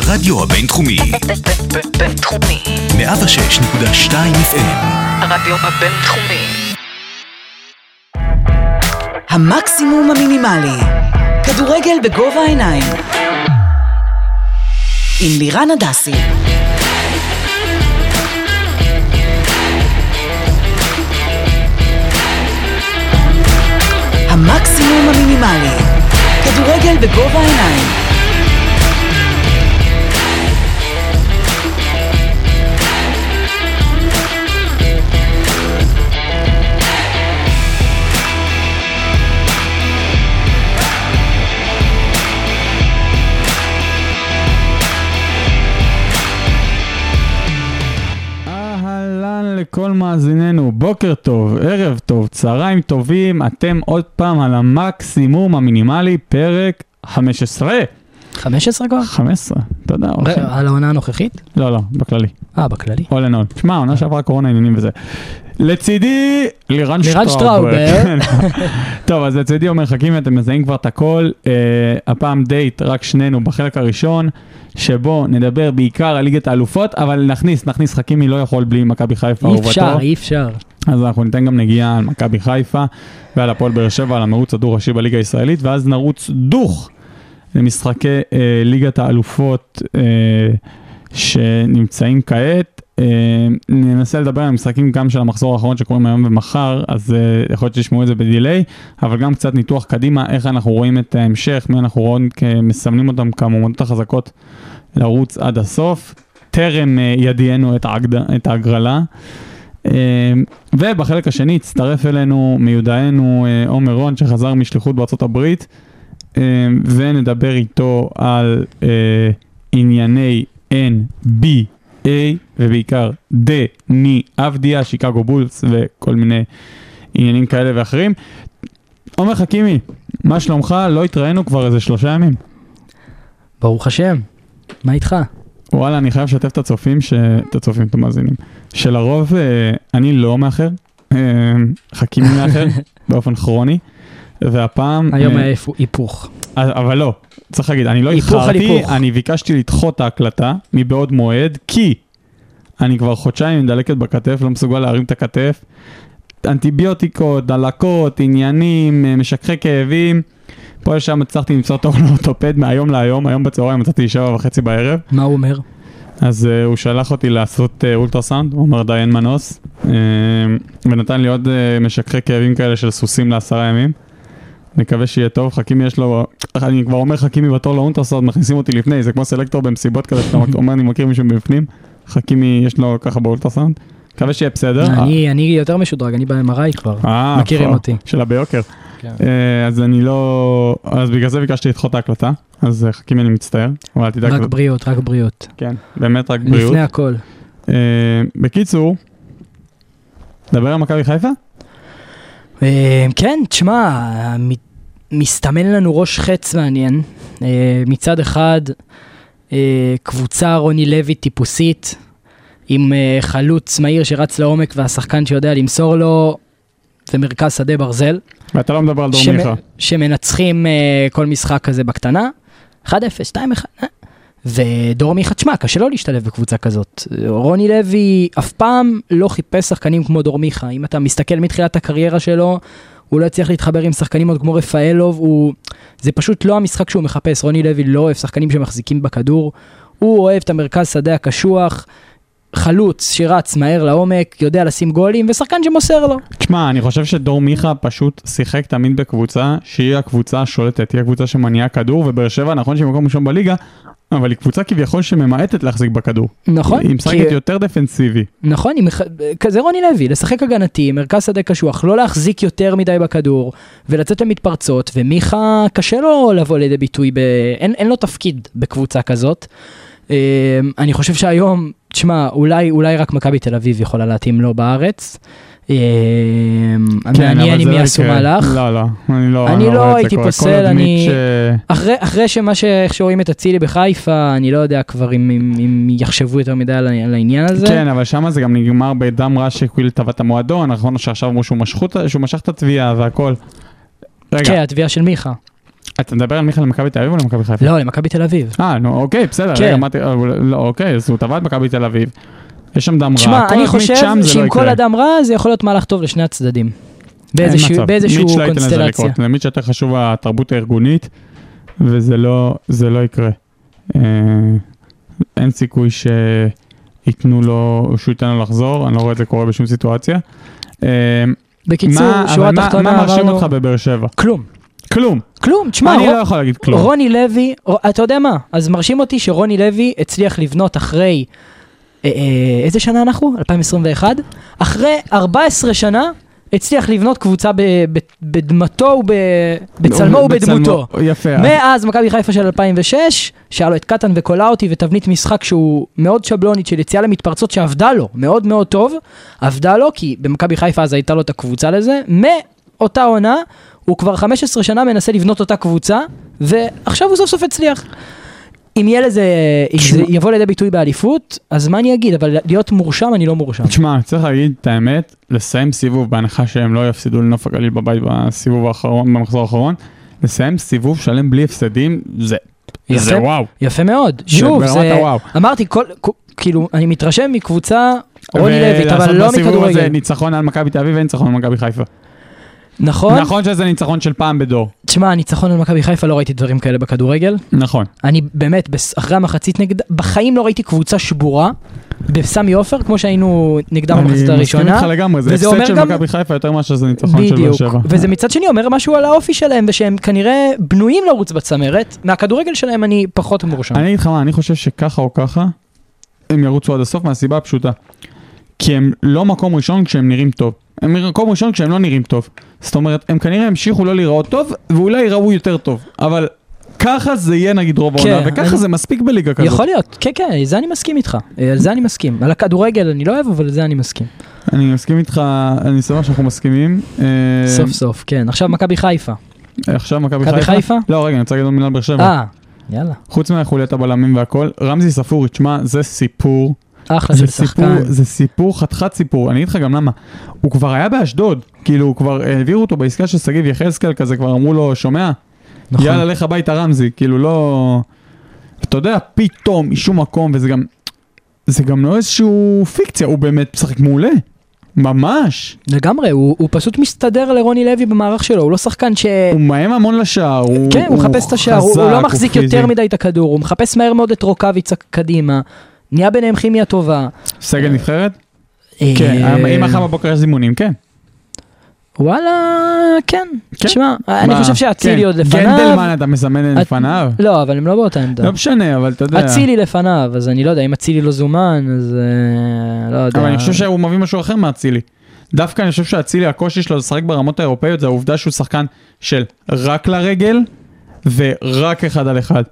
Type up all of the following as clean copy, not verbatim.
הרדיו הבינתחומי. בינתחומי. 106.2 FM. הרדיו הבינתחומי. המקסימום המינימלי. כדורגל בגובה העיניים. עם לירן הדסי. המקסימום המינימלי. כדורגל בגובה העיניים. לכל מאזיננו, בוקר טוב, ערב טוב, צהריים טובים, אתם עוד פעם על המקסימום המינימלי, פרק 15. 15 כבר? 15, תודה. על העונה הנוכחית? לא, בכללי. בכללי. all in all. תשמע, העונה שעברה קורונה עניינים וזה. לצידי, לירן שטראובר. טוב, אז לצידי אומר חכימי, אתם מזהים כבר את הכל, הפעם דייט רק שנינו בחלק הראשון, שבו נדבר בעיקר על ליגת האלופות, אבל נכניס חכימי לא יכול בלי מכבי חיפה. אי אפשר. אז אנחנו ניתן גם נגיעה על מכבי חיפה, ועל הפועל באר שבע, על המרוץ הדו ראשי בליגה הישראלית, ואז נרוץ דוך למשחקי ליגת האלופות שנמצאים כעת. ננסה לדבר על המשחקים גם של המחזור האחרון שקוראים היום ומחר, אז יכול להיות שתשמעו את זה בדילי, אבל גם קצת ניתוח קדימה, איך אנחנו רואים את ההמשך, מי אנחנו רואים מסמנים אותם כמועמדות החזקות לרוץ עד הסוף, טרם ידיענו את ההגרלה. ובחלק השני הצטרף אלינו מיודענו עומר רון שחזר משליחות בארצות הברית, ונדבר איתו על ענייני NBA ובעיקר דני אבדיה, שיקגו בולס וכל מיני עניינים כאלה ואחרים. עומר חכימי, מה שלומך? לא התראינו כבר איזה 3 ימים. ברוך השם, מה איתך? וואלה, אני חייב לשתף את הצופים, את המאזינים, שלרוב אני לא מאחר, חכימי מאחר באופן כרוני, והפעם היום היה היפוך. אבל לא, צריך להגיד, אני לא התחרתי, אני ביקשתי לדחות את ההקלטה מבעוד מועד, כי אני כבר חודשיים מדלקת בכתף, לא מסוגל להרים את הכתף, אנטיביוטיקות, דלקות, עניינים, משככי כאבים, פה לשם הצלחתי למצוא תור לאורתופד מהיום להיום, היום בצהריים מצאתי 7:30 בערב. מה הוא אומר? אז הוא שלח אותי לעשות אולטרסאונד, הוא אומר די אין מנוס, ונתן לי עוד משככי כאבים כאלה של סוסים ל10 ימים. נקווה שיהיה טוב. חכימי יש לו, אני כבר אומר חכימי בתור לאולטרסאונד, מכניסים אותי לפני, זה כמו סלקטור במסיבות כזה, שאתה אומר אני מכיר מישהו בפנים, חכימי יש לו ככה באולטרסאונד, מקווה שיהיה בסדר. אני יותר משודרג, אני ב-MRI כבר, מכירים אותי. שלה ביוקר. אז אני לא, אז בגלל זה ביקשתי לדחות ההקלטה, אז חכימי אני מצטער. רק בריאות, רק בריאות. כן, באמת רק בריאות. לפני הכל. בקיצור, דבר על מכבי חיפה? כן, תשמע, מסתמן לנו ראש חץ מעניין. מצד אחד, קבוצה רוני לוי טיפוסית, עם חלוץ מהיר שרץ לעומק והשחקן שיודע למסור לו, ומרכז שדה ברזל. ואתה לא מדבר על דור מיכה. שמנצחים כל משחק כזה בקטנה, 1-0, 2-1, ודור מיכה, תשמע, קשה לא להשתלב בקבוצה כזאת. רוני לוי אף פעם לא חיפש שחקנים כמו דור מיכה. אם אתה מסתכל מתחילת הקריירה שלו, הוא לא הצליח להתחבר עם שחקנים עוד כמו רפאלוב, זה פשוט לא המשחק שהוא מחפש. רוני לוי לא אוהב שחקנים שמחזיקים בכדור, הוא אוהב את המרכז שדה הקשוח, חלוץ שרץ מהר לעומק, יודע לשים גולים, ושחקן שמוסר לו. תשמע, אני חושב שדור מיכה פשוט שיחק תמיד בקבוצה שהיא הקבוצה השולטת, היא הקבוצה שמניעה כדור, ובאר שבע נכון שהיא מקום ראשון בליגה, אבל היא קבוצה כביכול שממעטת להחזיק בכדור. נכון. היא משחקת יותר דפנסיבי. נכון, כזה רוני לוי, לשחק הגנתי, מרכז שדה קשוח, לא להחזיק יותר מדי בכדור, ולצאת למתפרצות, ומיכה קשה לו לבוא לידי ביטוי, אין לו תפקיד בקבוצה כזאת. אני חושב שהיום, תשמע, אולי רק מכבי תל אביב יכולה להתאים לו בארץ. מעניין אם יעשו מהלך. אני לא הייתי פוסל, אחרי איך שרואים את הצילי בחיפה, אני לא יודע כבר אם יחשבו יותר מדי על העניין הזה. כן, אבל שם זה גם נגמר בדם רע שכאילו טובת המועדון, נכון שעכשיו אמרו שהוא משך את התביעה והכל. כן, התביעה של מיכה. אתה מדבר על מיכאל למכבי תל אביב או למכבי חיפה? לא, למכבי תל אביב. נו, אוקיי, בסדר. כן. רגע, אמרתי, לא, אוקיי, אז הוא טבע את מכבי תל אביב. יש שם דם רע. תשמע, כל אני התמיד חושב שם זה לא שעם כל יקרה. אדם רע, זה יכול להיות מהלך טוב לשני הצדדים. אין מצב. באיזשהו מיץ' לא ייתן לזה קונסטלציה. לקרות. למיץ' יותר חשוב התרבות הארגונית, וזה לא יקרה. אין סיכוי שייתנו לו, שהוא ייתן לו לחזור, אני לא רואה את זה קורה בשום סיטואציה. בקיצור, שורה תחתונה, מה מרשים אותך בבאר שבע? כלום. כלום. תשמע, אני לא יכול להגיד כלום. רוני לוי, אתה יודע מה? אז מרשים אותי שרוני לוי הצליח לבנות אחרי, איזה שנה אנחנו? 2021? אחרי 14 שנה, הצליח לבנות קבוצה בדמתו, בצלמו ובדמותו. יפה. מאז מכבי חיפה של 2006, שהיה לו את קטן וקולאוטי ותבנית משחק שהוא מאוד שבלונית של יציאה למתפרצות שעבדה לו, מאוד מאוד טוב, עבדה לו, כי במכבי חיפה אז הייתה לו את הקבוצה לזה, מאותה עונה, הוא כבר 15 שנה מנסה לבנות אותה קבוצה, ועכשיו הוא סוף סוף הצליח. אם יהיה לזה, אם זה יבוא לידי ביטוי באליפות, אז מה אני אגיד? אבל להיות מורשם, אני לא מורשם. תשמע, צריך להגיד את האמת, לסיים סיבוב בהנחה שהם לא יפסידו לנוף הגליל בבית בסיבוב האחרון, במחזור האחרון, לסיים סיבוב שלם בלי הפסדים, זה וואו. יפה מאוד. שוב, זה, אמרתי, כאילו, אני מתרשם מקבוצה רוני לויט, אבל לא מכדורגל. בסיבוב הזה ניצחון על מכבי תל אביב וניצחון על מכבי חיפה. נכון שזה ניצחון של פעם בדור. תשמע, ניצחון על מכבי חיפה לא ראיתי דברים כאלה בכדורגל. נכון. אני באמת, אחרי המחצית נגד, בחיים לא ראיתי קבוצה שבורה, בסמי עופר, כמו שהיינו נגדם במחצית הראשונה. אני מסכים איתך לגמרי, זה הפסד של מכבי חיפה יותר מאשר זה ניצחון של באר שבע. וזה מצד שני אומר משהו על האופי שלהם, ושהם כנראה בנויים לרוץ בצמרת, מהכדורגל שלהם אני פחות מורשם. אני אגיד לך מה, אני חושב שככה או ככה, הם ירוצו עד הסוף מהסיבה הפשוטה. כי הם לא מקום ראשון כשהם נראים טוב. הם מקום ראשון כשהם לא נראים טוב. זאת אומרת, הם כנראה המשיכו לא להיראות טוב, ואולי ייראו יותר טוב. אבל ככה זה יהיה נגיד רוב העונה, וככה זה מספיק בליגה כזאת. יכול להיות, כן, זה אני מסכים איתך. על זה אני מסכים. על הכדורגל אני לא אוהב, אבל זה אני מסכים. אני מסכים איתך, אני שמח שאנחנו מסכימים. סוף סוף, כן. עכשיו מכבי חיפה. עכשיו מכבי חיפה? לא, רגע, אני רוצה להגיד עוד מילה על באר שבע. יאללה. חוץ מהחוליית הבלמים והכל, רמזי ספורי, תשמע, זה סיפור. אחלה של שחקן. זה סיפור, חתיכת סיפור. אני אגיד לך גם למה. הוא כבר היה באשדוד, כאילו הוא כבר העבירו אותו בעסקה של סגיב יחזקאל כזה, כבר אמרו לו, שומע? נכון. יאללה, לך הביתה רמזי, כאילו לא... אתה יודע, פתאום, משום מקום, וזה גם... זה גם לא איזשהו פיקציה, הוא באמת משחק מעולה. ממש. לגמרי, הוא פשוט מסתדר לרוני לוי במערך שלו, הוא לא שחקן ש... הוא מהם המון לשער, כן, הוא מחפש את השער, הוא לא מחזיק יותר מדי את הכדור, הוא מחפש מהר מאוד את רוקאביץ קדימה, נהיה ביניהם כימיה טובה. סגל נבחרת? כן, אם אחר בבוקר יש זימונים, כן. וואלה, כן. תשמע, אני חושב שאצילי עוד לפניו. גנדלמן אתה מסמן לפניו? לא, אבל הם לא באותה עמדה. לא משנה, אבל אתה יודע. אצילי לפניו, אז אני לא יודע, אם אצילי לא זומן, אז לא יודע. אבל אני חושב שהוא מביא משהו אחר מאצילי. דווקא אני חושב שאצילי, הקושי שלו לשחק ברמות האירופאיות, זה העובדה שהוא שחקן של רק לרגל, ורק אחד על אחד.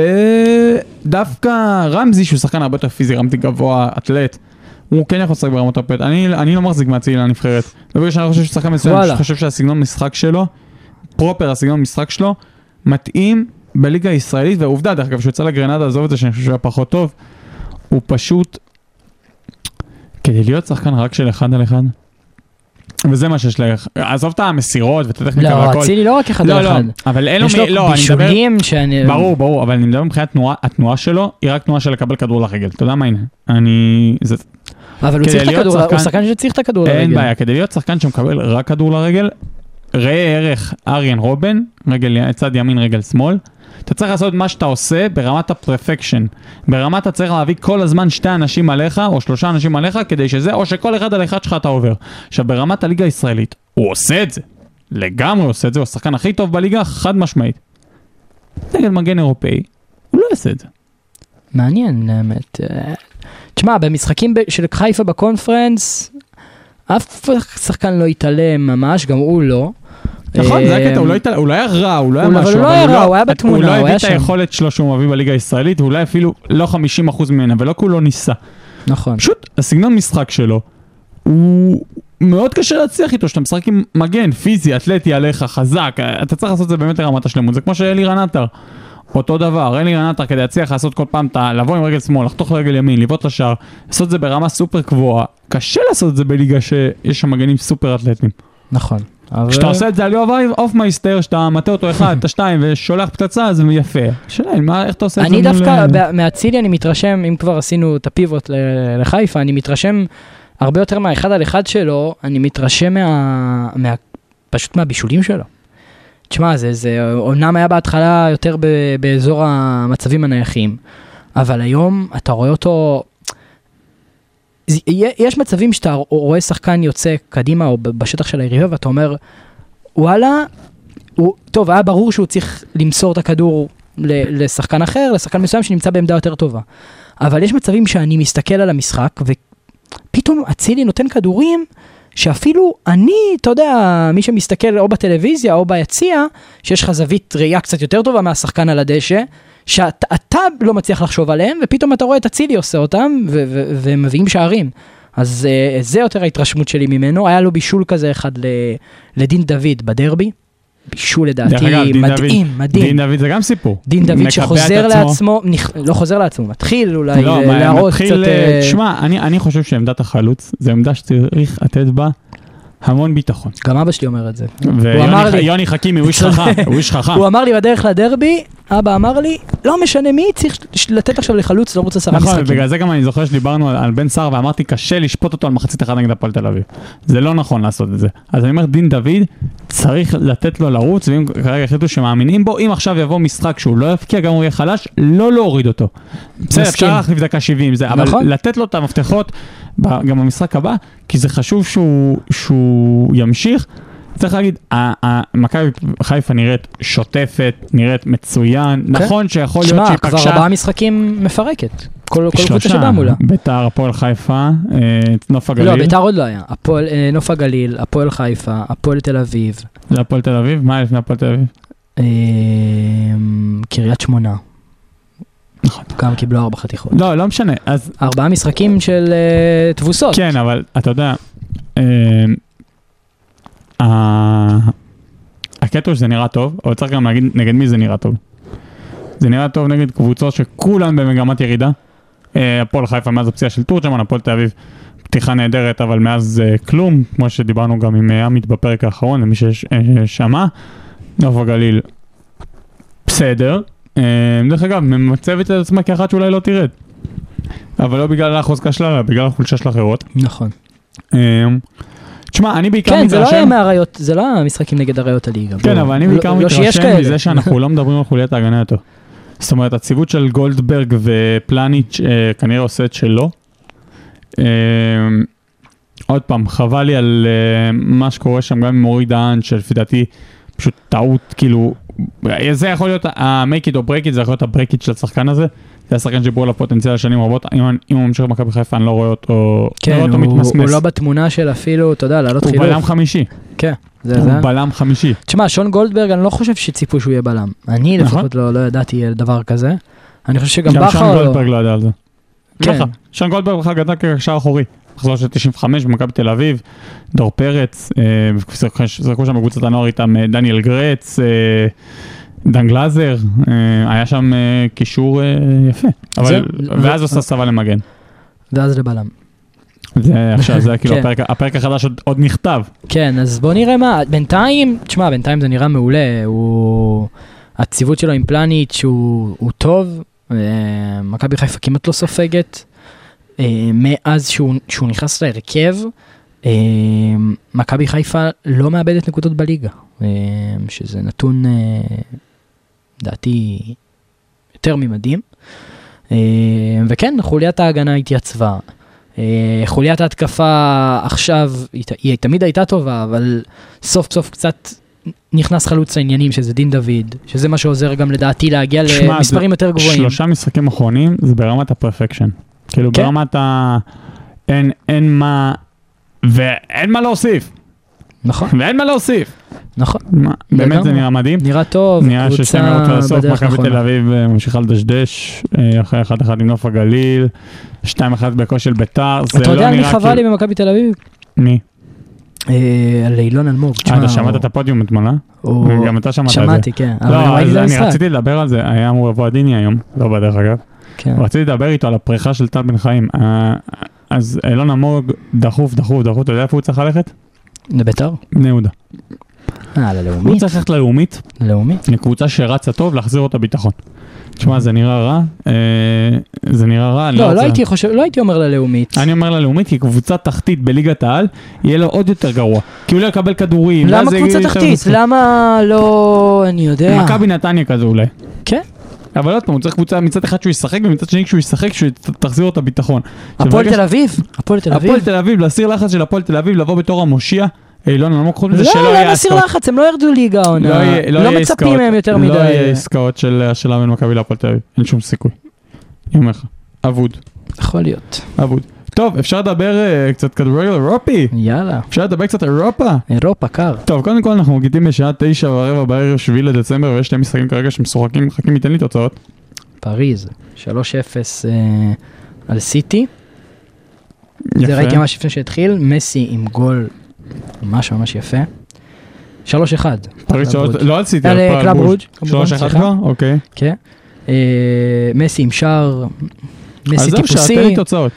ודווקא רמזי, שהוא שחקן הרבה יותר פיזי, רמתי גבוה, אתלט, הוא כן יכול לשחק ברמות האירופאיות. אני לא מחזיק מאצילי לנבחרת. ובגלל שאני חושב שהוא שחקן מסוים, אני חושב שהסגנון משחק שלו, פרופר הסגנון משחק שלו, מתאים בליגה הישראלית, והעובדה, דרך אגב, שהוא יצא לגרנדה, עזוב את זה שאני חושב שהוא היה פחות טוב, הוא פשוט, כדי להיות שחקן רק של אחד על אחד, וזה מה שיש לך, עזוב את המסירות ואת הטכניקה והכל. לא, אצילי לא רק אחד על אחד. אבל אין לו, יש לו בישולים שאני... ברור, אבל אני מדבר מבחינת התנועה שלו, היא רק תנועה של לקבל כדור לרגל. אתה יודע מה, הנה, אבל הוא צריך את הכדור, הוא שחקן שצריך את הכדור לרגל. אין בעיה, כדי להיות שחקן שמקבל רק כדור לרגל, ראה ערך אריאן רובן, צד ימין רגל שמאל, אתה צריך לעשות מה שאתה עושה ברמת הפרפקשן. ברמת אתה צריך להביא כל הזמן 2 אנשים עליך, או 3 אנשים עליך, כדי שזה, או שכל אחד על אחד שלך אתה עובר. עכשיו, ברמת הליגה הישראלית, הוא עושה את זה. לגמרי עושה את זה, הוא השחקן הכי טוב בליגה, חד משמעית. נגד מגן אירופאי, הוא לא עושה את זה. מעניין, באמת. תשמע, במשחקים של חיפה בקונפרנס, אף שחקן לא יתעלם ממש, גם הוא לא. נכון, זה הקטע, הוא לא היה רע, הוא לא היה משהו, אבל הוא לא היה רע, הוא היה בתמונה, הוא לא הביא את היכולת שלו שהוא מביא בליגה הישראלית, ואולי אפילו לא 50% ממנה, ולא כולו ניסה. נכון. פשוט, הסגנון משחק שלו, הוא מאוד קשה להצליח איתו, שאתה משחק עם מגן, פיזי, אתלטי עליך, חזק, אתה צריך לעשות את זה באמת לרמת השלמות, זה כמו שאלירן עטר, אותו דבר, אלירן עטר כדי להצליח לעשות כל פעם, לבוא עם רגל שמאל, לחתוך לרגל ימין, לבעוט לשער, לעשות את זה ברמה סופר קבועה, קשה לעשות את זה בליגה שיש שם מגנים סופר אתלטיים. נכון. כשאתה עושה את זה על יואב אופמייסטר, שאתה מטה אותו אחד, את השתיים, ושולח פצצה, זה יפה. שאלה, איך אתה עושה את זה? אני דווקא, מהצילי אני מתרשם, אם כבר עשינו את הפיבוט לחיפה, אני מתרשם הרבה יותר מהאחד על אחד שלו, אני מתרשם פשוט מהבישולים שלו. תשמע, זה אומנם היה בהתחלה יותר באזור המצבים הנייחים, אבל היום אתה רואה אותו, יש מצבים שאתה רואה שחקן יוצא קדימה או בשטח של היריבה, ואתה אומר, וואלה, טוב, היה ברור שהוא צריך למסור את הכדור לשחקן אחר, לשחקן מסוים שנמצא בעמדה יותר טובה. אבל יש מצבים שאני מסתכל על המשחק, ופתאום אצילי נותן כדורים, שאפילו אני, אתה יודע, מי שמסתכל או בטלוויזיה או ביציע, שיש לך זווית ראייה קצת יותר טובה מהשחקן על הדשא, שאתה לא מצליח לחשוב עליהם, ופתאום אתה רואה את אצילי עושה אותם, ומביאים שערים. אז זה יותר ההתרשמות שלי ממנו. היה לו בישול כזה אחד לדין דוד בדרבי, בישול לדעתי מדהים, מדהים. דין דוד זה גם סיפור. דין דוד שחוזר לעצמו, לא חוזר לעצמו, מתחיל אולי להראות קצת... שמע, אני חושב שעמדת החלוץ, זו עמדה שצריך לתת בה המון ביטחון. גם אבא שלי אומר את זה. ויוני חכימי, הוא איש חכם, הוא איש חכם. הוא אמר לי בדרך לדרבי, אבא אמר לי, לא משנה מי, צריך לתת עכשיו לחלוץ, לא רוצה 10 משחקים. נכון, בגלל זה גם אני זוכר שדיברנו על בן סער, ואמרתי, קשה לשפוט אותו על מחצית אחת נגד הפועל תל אביב. זה לא נכון לעשות את זה. אז אני אומר, דין דוד צריך לתת לו לרוץ, ואם כרגע החליטו שמאמינים בו, אם עכשיו יבוא משחק שהוא לא יפקיע, גם הוא יהיה חלש, לא להוריד אותו. בסדר, אפשר להחליף דקה 70, אבל לתת לו את המפתחות גם במשחק הבא, כי זה חשוב שהוא ימשיך. צריך להגיד, מכבי חיפה נראית שוטפת, נראית מצוין, נכון שיכול להיות שהיא פגשה... כבר 4 משחקים מפרקת, כל קבוצה שבא מולה. ביתר, הפועל חיפה, נוף הגליל. לא, ביתר עוד לא היה. נוף הגליל, הפועל חיפה, הפועל תל אביב. זה הפועל תל אביב? מה היה לפני הפועל תל אביב? קריית שמונה. נכון. גם קיבלו 4 חתיכות. לא משנה. 4 משחקים של תבוסות. כן, אבל אתה יודע... הקטע שזה נראה טוב, אבל צריך גם להגיד נגד מי זה נראה טוב. זה נראה טוב נגד קבוצות שכולן במגמת ירידה. הפועל חיפה מאז הפציעה של תורג'מן, הפועל תל אביב פתיחה נהדרת, אבל מאז כלום, כמו שדיברנו גם עם עמית בפרק האחרון, למי ששמע. נוף הגליל בסדר. דרך אגב, ממצבת את עצמה כאחת שאולי לא תרד. אבל לא בגלל החוזקה שלה, אלא בגלל החולשה של אחרות. נכון. תשמע, אני בעיקר מתרשם... כן, זה לא היה מהראיות, זה לא המשחקים נגד הראיות הליגה. כן, אבל אני בעיקר מתרשם מזה שאנחנו לא מדברים על חוליית ההגנה יותר. זאת אומרת, הציוות של גולדברג ופלניץ' כנראה עושה את שלו. עוד פעם, חבל לי על מה שקורה שם גם עם אורי דהן, שלפי דעתי פשוט טעות, כאילו, זה יכול להיות ה-make it or break it, זה יכול להיות ה-break it של השחקן הזה. זה השחקן שבור לפוטנציאל לשנים רבות, אם הוא ממשיך במכבי חיפה, אני לא רואה אותו מתמסמס. כן, הוא לא בתמונה של אפילו, אתה יודע, לעלות חילוף. הוא בלם חמישי. כן, זה. הוא בלם חמישי. תשמע, שון גולדברג, אני לא חושב שציפו שהוא יהיה בלם. אני לפחות לא ידעתי דבר כזה. אני חושב שגם בכר... שון גולדברג לא ידע על זה. כן. שון גולדברג בכלל גדל כקשר אחורי. מחזור של 95 במכבי תל אביב, דור פרץ, זרקו שם בקבוצת הנוער איתם דניאל גרץ, דן גלאזר, היה שם קישור יפה, ואז עושה סבה למגן. ואז לבלם. זה כאילו הפרק החדש עוד נכתב. כן, אז בוא נראה מה, בינתיים זה נראה מעולה, הציוות שלו עם פלניץ' הוא טוב, מכבי חיפה כמעט לא סופגת, מאז שהוא נכנס להרכב, מכבי חיפה לא מאבדת נקודות בליגה, שזה נתון דעתי יותר ממדהים, וכן, חוליית ההגנה התייצבה, חוליית ההתקפה עכשיו, היא תמיד הייתה טובה, אבל סוף סוף קצת נכנס חלוץ לעניינים, שזה דין דוד, שזה מה שעוזר גם לדעתי להגיע למספרים יותר גבוהים. 3 משחקים אחרונים זה ברמת הפרפקשן. כאילו ברמת אין מה, ואין מה להוסיף. נכון. ואין מה להוסיף. נכון. באמת זה נראה מדהים. נראה טוב. נראה ששמרות לסוף, מכבי תל אביב ממשיכה לדשדש, אחרי 1-1 עם נוף הגליל, 2-1 בקושי של ביתר. אתה יודע מי חבל לי במכבי תל אביב? מי? על אילון אלמוג. אתה שמעת את הפודיום אתמול, גם אתה שמעת את זה. שמעתי, כן. לא, אני רציתי לדבר על זה, היה אמור לבוא עדיני היום, לא בדרך אגב. רציתי לדבר איתו על הפריחה של טל בן חיים. אז אילון אלמוג דחוף, אתה יודע איפה הוא צריך ללכת? לביתר? בני יהודה. ללאומית. הוא צריך ללכת ללאומית, ללאומית. לקבוצה שרצה טוב, להחזיר אותה ביטחון. תשמע, זה נראה רע. לא הייתי אומר ללאומית. אני אומר ללאומית, כי קבוצה תחתית בליגת העל, יהיה לו עוד יותר גרוע. כי הוא לא יקבל כדורים. למה קבוצה תחתית? למה לא, אני יודע. מכבי נתניה כזה אולי. כן. אבל עוד פעם, הוא צריך קבוצה מצד אחד שהוא ישחק, ומצד שני כשהוא ישחק, שתחזיר אותה ביטחון. הפועל תל אביב. הפועל תל אביב, להסיר לחץ של הפועל תל אביב, לבוא בתור המושיע. אילון, אני לא מקחו לזה שלא יהיה עשיר לחץ, הם לא ירדו ליגה עונה. לא מצפים מהם יותר מדי. לא יהיה עסקאות של השאלה בין מכבי להפועל תל אביב. אין שום סיכוי. אני אומר לך. אבוד. יכול להיות. אבוד. טוב, אפשר לדבר קצת כדורגל אירופי? יאללה. אפשר לדבר קצת אירופה? אירופה, קר. טוב, קודם כל אנחנו מגיעים בשעה 9:15 בערב 7 לדצמבר, ויש שתי משחקים כרגע שמשוחקים, חכים ייתן לי תוצאות. פריז, 3-0 על סיטי. זה ראיתי ממש לפני שהתחיל, מסי עם גול ממש ממש יפה. 3-1. פריז, לא על סיטי, על קלאב רוג'. 3-1 כבר? אוקיי. כן. מסי עם שער, מסי טיפוסי. אז זהו, תן לי תוצאות.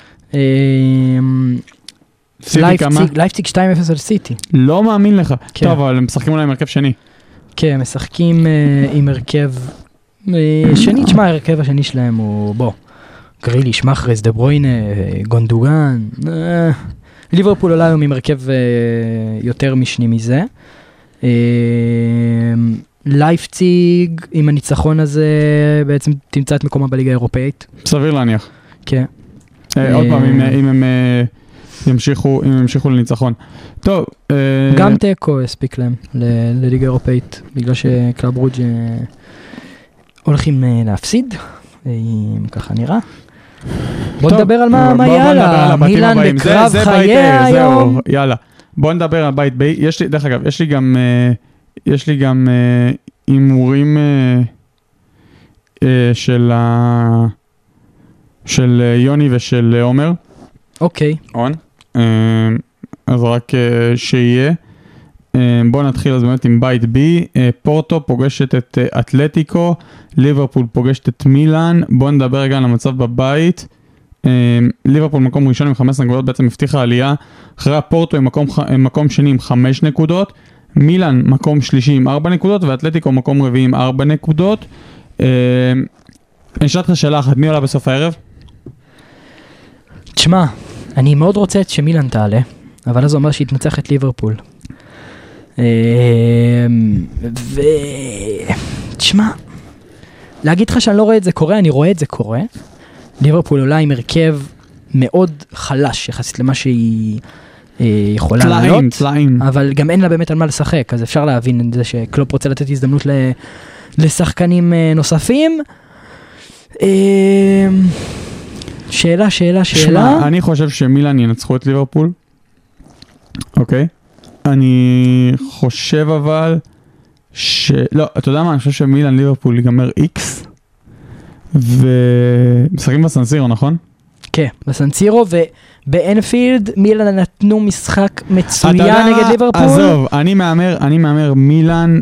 לייפציג 2-0 על סיטי. לא מאמין לך. טוב, אבל הם משחקים אולי עם הרכב שני. כן, משחקים עם הרכב שני. תשמע, הרכב השני שלהם הוא, בוא, גריליש, מחרז, דה ברוינה, גונדוגן. ליברפול עולה היום עם הרכב יותר משני מזה. לייפציג עם הניצחון הזה בעצם תמצא את מקומה בליגה האירופאית. סביר להניח. כן. עוד פעם, אם הם ימשיכו לניצחון. טוב. גם טקו הספיק להם לליגה האירופאית, בגלל שקלאב רוג' הולכים להפסיד, ככה נראה. בוא נדבר על מה יאללה, מילאן בקרב חייה היום. יאללה, בוא נדבר על בית בי. דרך אגב, יש לי גם אימורים של יוני ושל עומר. אוקיי. אז רק שיהיה. בוא נתחיל אז באמת עם בית בי. פורטו פוגשת את אתלטיקו, ליברפול פוגשת את מילאן. בוא נדבר רגע על המצב בבית. ליברפול מקום ראשון עם 15 נקודות, בעצם הבטיחה עלייה. אחרי הפורטו עם מקום שני עם 5 נקודות. מילאן מקום שלישי עם 4 נקודות, ואתלטיקו מקום רביעי עם 4 נקודות. אני אשאל לך שאלה אחת, מי עולה בסוף הערב? תשמע, אני מאוד רוצה שמילאן תעלה, אבל אז הוא אומר שהתנצח את ליברפול. תשמע, להגיד לך שאני לא רואה את זה קורה, אני רואה את זה קורה. ליברפול עולה עם הרכב מאוד חלש יחסית למה שהיא יכולה לעלות, אבל גם אין לה באמת על מה לשחק, אז אפשר להבין את זה שקלופ רוצה לתת הזדמנות לשחקנים נוספים. שאלה. שמע, אני חושב שמילאן ינצחו את ליברפול. אוקיי? אני חושב אבל לא, אתה יודע מה? אני חושב שמילאן ליברפול ייגמר X ומשחקים בסנסירו, נכון? כן, בסנסירו ובאנפילד מילאן נתנו משחק מצוין נגד ליברפול. עזוב, אני מאמר מילאן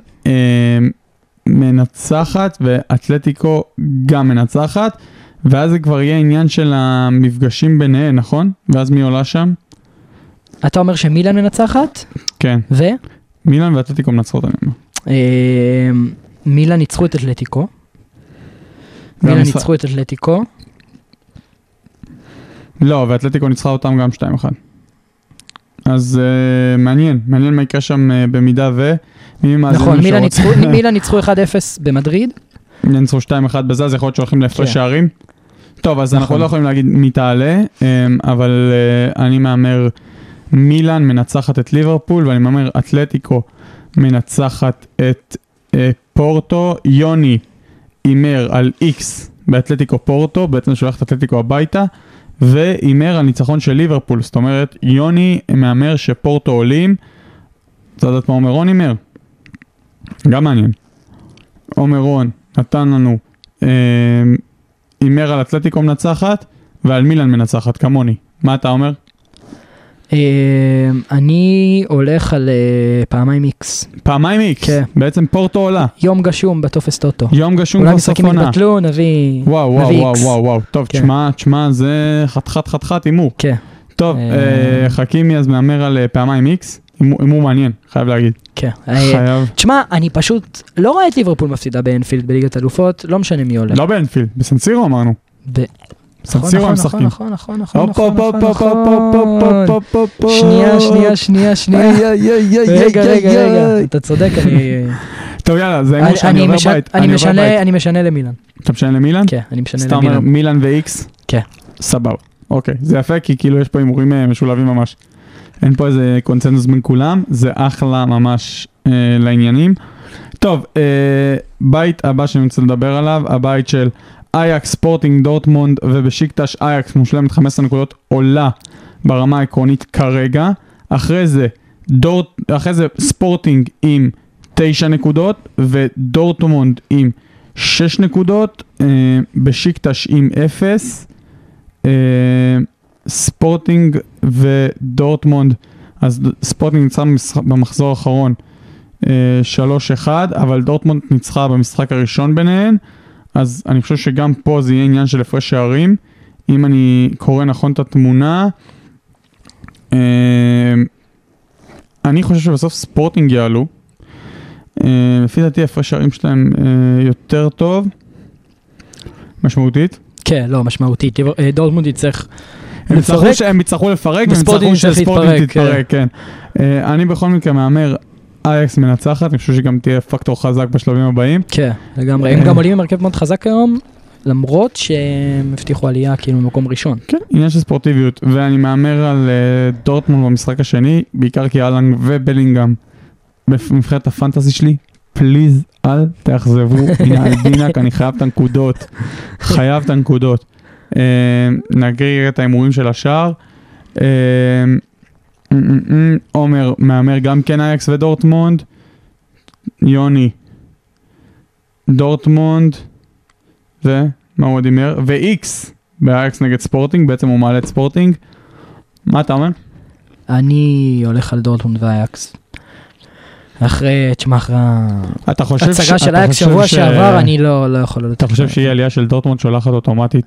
מנצחת ואתלטיקו גם מנצחת, ואז זה כבר יהיה עניין של המפגשים ביניהם, נכון? ואז מי עולה שם? אתה אומר שמילאן מנצחת? כן. ו? מילאן ואתלטיקו מנצחות, אני אומר. מילאן ניצחו את אתלטיקו. לא, ואתלטיקו ניצחה אותם גם 2-1. אז מעניין מה יקרה שם במידה ו... נכון, מילאן ניצחו 1-0 במדריד. ניצחו 2-1 בזה, אז יכול להיות שהולכים להפרש שערים. טוב, אז אנחנו לא יכולים להגיד מי תעלה, אבל אני מאמר מילאן מנצחת את ליברפול, ואני מאמר אתלטיקו מנצחת את פורטו. יוני אימר על X באתלטיקו פורטו, בעצם שולח את אתלטיקו הביתה, ואימר על ניצחון של ליברפול. זאת אומרת, יוני מאמר שפורטו עולים. אתה יודעת מה אומרון אימר? גם מעניין. אומרון נתן לנו אימר על אתלטיקו מנצחת ועל מילאן מנצחת, כמוני. מה אתה אומר? אני הולך על פעמיים X. פעמיים X? כן. בעצם פורטו עולה. יום גשום בטופס טוטו. יום גשום כבר סוף עונה. אולי משחקים יתבטלו, נביא X. וואו. טוב, תשמע, זה חתיכת אימור. כן. טוב, חכימי אז מאמר על פעמיים X, הימור מעניין, חייב להגיד. כן. חייב. תשמע, אני פשוט לא רואה את ליברפול מפסידה באנפילד בליגת אלופות, לא משנה מי עולה. לא באנפילד, בסנסירו אמרנו. סנסירו הם משחקים. נכון. שנייה. רגע, אתה צודק, טוב, יאללה, זה הימור שאני עובר בית. אני משנה למילן. אתה משנה למילן? כן, אני משנה סתם אומר למילן. מילן ו-X? כן. סבבה. אוקיי, זה יפה, כי כאילו יש פה הימורים משולבים ממש. אין פה איזה קונצנזוס בין כולם, זה אחלה ממש לעניינים. טוב, בית הבא שאני רוצה לדבר עליו, הבית של אייקס, ספורטינג, דורטמונד ובשיקטש. אייקס מושלמת 15 נקודות, עולה ברמה העקרונית כרגע. אחרי זה ספורטינג עם 9 נקודות ודורטמונד עם 6 נקודות, בשיקטש עם 0. ספורטינג ודורטמונד, אז ספורטינג ניצחה במחזור האחרון 3-1, אבל דורטמונד ניצחה במשחק הראשון ביניהן, אז אני חושב שגם פה זה יהיה עניין של הפרש שערים. אם אני קורא נכון את התמונה, אני חושב שבסוף ספורטינג יעלו, לפי דעתי הפרש שערים שלהם יותר טוב, משמעותית. כן, לא, משמעותית. דורטמונד יצטרך לפרק. הם יצטרכו לפרק, וספורטינג שספורטינג תתפרק, כן. אני בכל מקרה מאמר אייקס מנצחת, אני חושב שגם תהיה פקטור חזק בשלבים הבאים. כן, לגמרי. הם גם עולים עם הרכב מאוד חזק היום, למרות שהם הבטיחו עלייה כאילו במקום ראשון. כן, עניין של ספורטיביות, ואני מאמר על דורטמונד במשחק השני, בעיקר כי אלנג ובלינגהם במבחרת הפנטזי שלי, פליז אל תאכזבו, הנה אלבינק, אני חייב את הנקודות. נגריר את האימורים של השאר. עומר מאמר גם כן אייקס ודורטמונד. יוני דורטמונד ומה הוא עוד אומר? ואיקס באייקס נגד ספורטינג, בעצם הוא מעלה את ספורטינג. מה אתה אומר? אני הולך על דורטמונד ואייקס. אחרי הצגה של אייקס שבוע שעבר, אני לא יכול לתת. אתה חושב שהיא עלייה של דורטמונד שולחת אוטומטית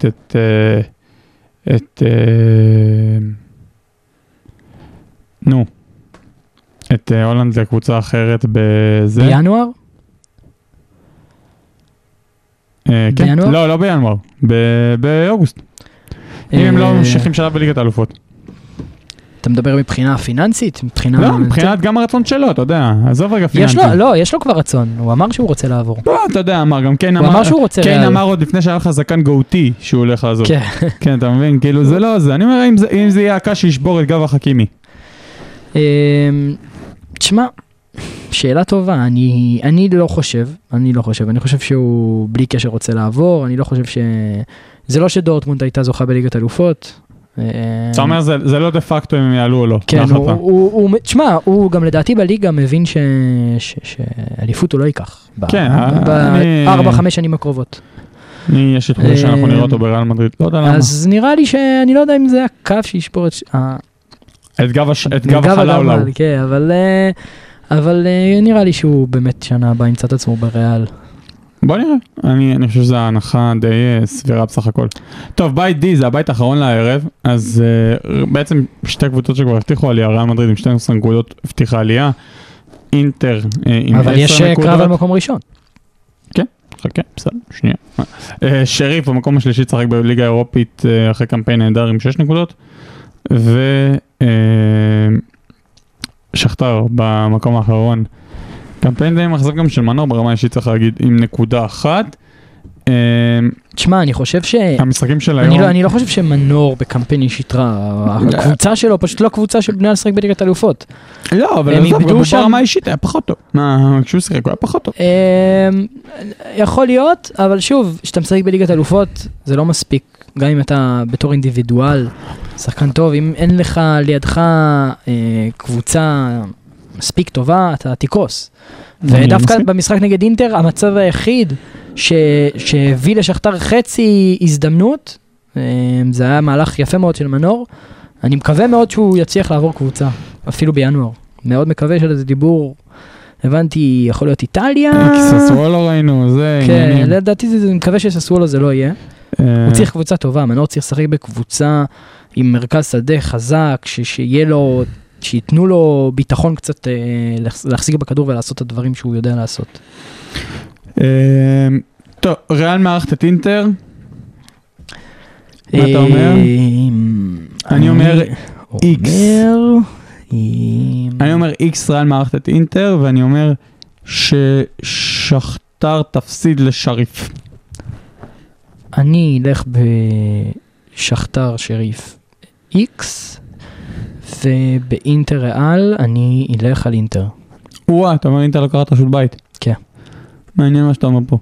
את הולנד לקבוצה אחרת בזה? בינואר? כן, לא בינואר, באוגוסט. אם הם לא ממשיכים שלב בליגת האלופות. אתה מדבר מבחינה פיננסית? לא, מבחינת גם הרצון שלו, אתה יודע, עזוב רגע פיננסי. לא, יש לו כבר רצון, הוא אמר שהוא רוצה לעבור. לא, אתה יודע, אמר, גם כן אמר עוד לפני שהיה לך זקן גאותי שהוא הולך לעזוב. כן, אתה מבין, כאילו זה לא זה, אני אומר, אם זה יהיה הקש שישבור את גב החכימי. תשמע, שאלה טובה, אני לא חושב, אני חושב שהוא בלי קשר רוצה לעבור, אני לא חושב זה לא שדורטמונד הייתה זוכה בליגת אלופות, אתה אומר, זה לא דה פקטו אם הם יעלו או לא. כן, תשמע, הוא גם לדעתי בליגה מבין שאליפות הוא לא ייקח. כן. ב4-5 שנים הקרובות. יש את חושב שאנחנו נראה אותו בריאל מדריד, לא יודע למה. אז נראה לי שאני לא יודע אם זה הקו שישפור את גב החלאולה. כן, אבל נראה לי שהוא באמת שנה הבאה ימצא את עצמו בריאל. בוא נראה, אני חושב שזו ההנחה די סבירה בסך הכל. טוב, בית די זה הבית האחרון לערב, אז בעצם שתי קבוצות שכבר הבטיחו עלייה, ריאל מדריד עם 12 נקודות הבטיחה עלייה, אינטר עם 10 נקודות. אבל יש קרב על מקום ראשון. כן, חכה, בסדר, שנייה. שריף במקום השלישי צחק בליגה האירופית אחרי קמפיין נהדר עם 6 נקודות, ושכתר במקום האחרון, קמפיין די מחזק גם של מנור ברמה אישית צריך להגיד עם נקודה אחת. תשמע, אני חושב המשחקים של היום... אני לא חושב שמנור בקמפיין אישית רע. הקבוצה שלו פשוט לא קבוצה של בני לשחק בליגת האלופות. לא, אבל ברמה אישית היה פחות טוב. מה, כשהוא שיחק הוא היה פחות טוב. יכול להיות, אבל שוב, כשאתה משחק בליגת האלופות זה לא מספיק. גם אם אתה בתור אינדיבידואל, שחקן טוב, אם אין לך לידך קבוצה מספיק טובה, אתה תקרוס. ודווקא במשחק נגד אינטר, המצב היחיד שהביא לשכתר חצי הזדמנות, זה היה מהלך יפה מאוד של מנור. אני מקווה מאוד שהוא יצליח לעבור קבוצה, אפילו בינואר. מאוד מקווה שלזה דיבור, הבנתי, יכול להיות איטליה. כי ססוולו ראינו, זה עניינים. כן, לדעתי אני מקווה שססוולו זה לא יהיה. הוא צריך קבוצה טובה, מנור צריך לשחק בקבוצה עם מרכז שדה חזק, שיהיה לו שייתנו לו ביטחון קצת להחזיק בכדור ולעשות את הדברים שהוא יודע לעשות. טוב, ריאל מערכת את אינטר. מה אתה אומר? אני אומר X. אני אומר X ריאל מערכת את אינטר, ואני אומר ששכתר תפסיד לשריף. אני אלך בשכתר שריף X, ובאינטר ריאל אני אלך על אינטר. וואה, אתה אומר אינטר לקחת רשות בית. כן. מעניין מה שאתה אומר פה.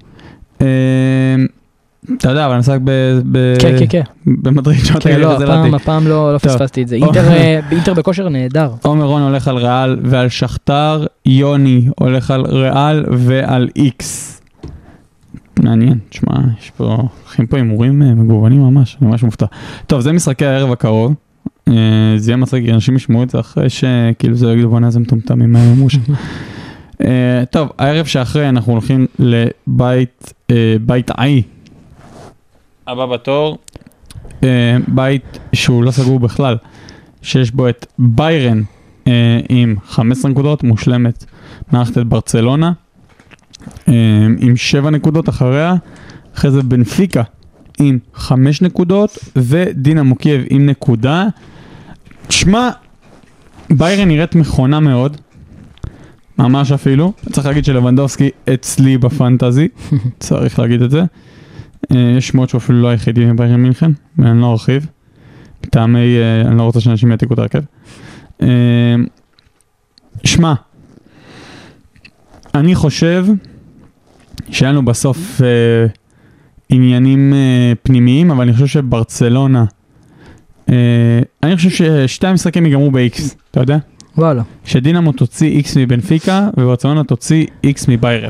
אתה יודע, אבל אני משחק במדריד שעות כן, לא, הפעם לא פספסתי את זה. אינטר בכושר נהדר. עומר רון הולך על ריאל ועל שכתר, יוני הולך על ריאל ועל איקס. מעניין, תשמע, יש פה, הולכים פה הימורים מגוונים ממש, ממש מופתע. טוב, זה משחקי הערב הקרוב. זה יהיה משחק, אנשים ישמעו את זה אחרי שכאילו זה יגידו, בוא זה מטומטמים מהימוש. טוב, הערב שאחרי אנחנו הולכים לבית עי. הבא בתור, בית שהוא לא סגור בכלל, שיש בו את ביירן עם 15 נקודות, מושלמת, מערכת את ברצלונה, עם 7 נקודות אחריה, אחרי זה בנפיקה עם 5 נקודות, ודינמו קייב עם נקודה. תשמע, ביירן נראית מכונה מאוד, ממש אפילו, צריך להגיד שלוונדובסקי אצלי בפנטזי, צריך להגיד את זה. יש שמות שהוא אפילו לא היחידי מביירן מינכן, ואני לא ארחיב. טעמי, אני לא רוצה שאנשים יעתיקו את הרכב. שמע, אני חושב שהיה לנו בסוף עניינים פנימיים, אבל אני חושב שברצלונה, אני חושב ששתי המשחקים ייגמרו ב-X, אתה יודע? וואלה. שדינמו תוציא X מבנפיקה, וברצלונה תוציא X מביירן.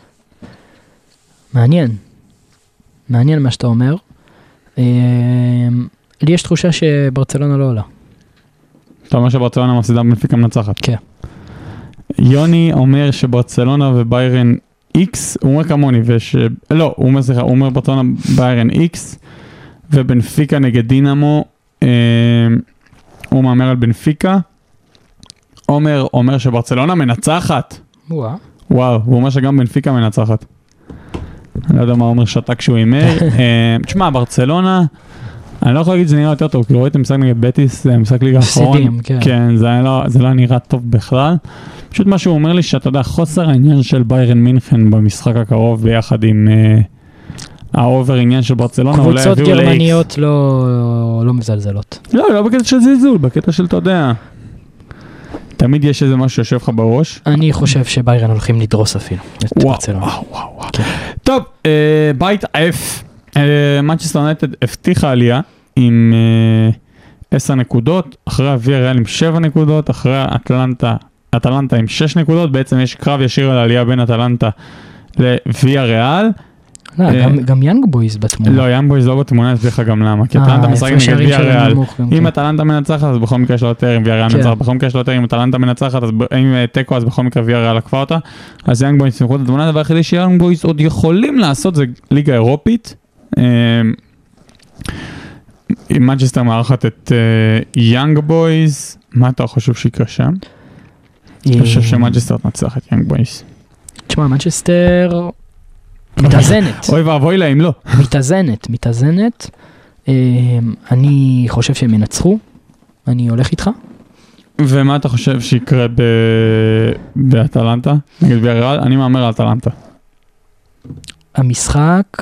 מעניין. מעניין מה שאתה אומר. לי יש תחושה שברצלונה לא עולה. אתה אומר שברצלונה מפסידה בנפיקה מנצחת. כן. יוני אומר שברצלונה וביירן X, הוא אומר כמוני, לא, הוא אומר ברצלונה ביירן X, ובנפיקה נגד דינמו, הוא מאמר על בנפיקה, אומר שברצלונה מנצחת. וואו, הוא אומר שגם בנפיקה מנצחת. אני לא יודע מה אומר שתק שהוא אימר. תשמע, ברצלונה, אני לא יכול להגיד שזה נראה יותר טוב, כאילו ראיתם משחק נגד בטיס, זה משחק ליגה האחרון. כן, זה לא נראה טוב בכלל. פשוט מה שהוא אומר לי, שאתה יודע, חוסר העניין של ביירן מינכן במשחק הקרוב, ביחד עם האובר עניין של ברצלונה, קבוצות גרמניות לא מזלזלות. לא בקטע של זלזול, בקטע של, אתה יודע, תמיד יש איזה משהו שיושב לך בראש. אני חושב שביירן הולכים לדרוס אפילו. וואו. טוב, בית F. מנצ'סטר יונייטד הבטיחה עלייה עם 10 נקודות, אחרי ויאריאל עם 7 נקודות, אחרי אטלנטה עם 6 נקודות, בעצם יש קרב ישיר על העלייה בין אטלנטה לוויאריאל. גם יאנג בויז בתמונה. לא, יאנג בויז לא בתמונה, אני אסביר לך גם למה, כי אטלנטה משחק נגד ויאריאל. אם אטלנטה מנצחת, אז בכל מקרה שלא יותר, אם ויאריאל מנצחת, בכל מקרה שלא יותר, אם אטלנטה מנצחת, אם טקו, אז בכל מקרה ויאריאל עקפה אותה, אז יאנג בויז סמכות התמונה, הדבר היחידי שיאנג בויז עוד יכולים לעשות, זה ליגה אירופית. מנצ'סטר מארחת את יאנג בויז, מה אתה חושב שיקרה שם? אני חושב שמנצ'סטר תנצח את יאנג בויז. תשמע, מנצ'סטר מתאזנת. אוי ואבוי לה אם לא. מתאזנת. אני חושב שהם ינצחו. אני הולך איתך. ומה אתה חושב שיקרה באטלנטה? נגד ויאריאל? אני מאמר על אטלנטה. המשחק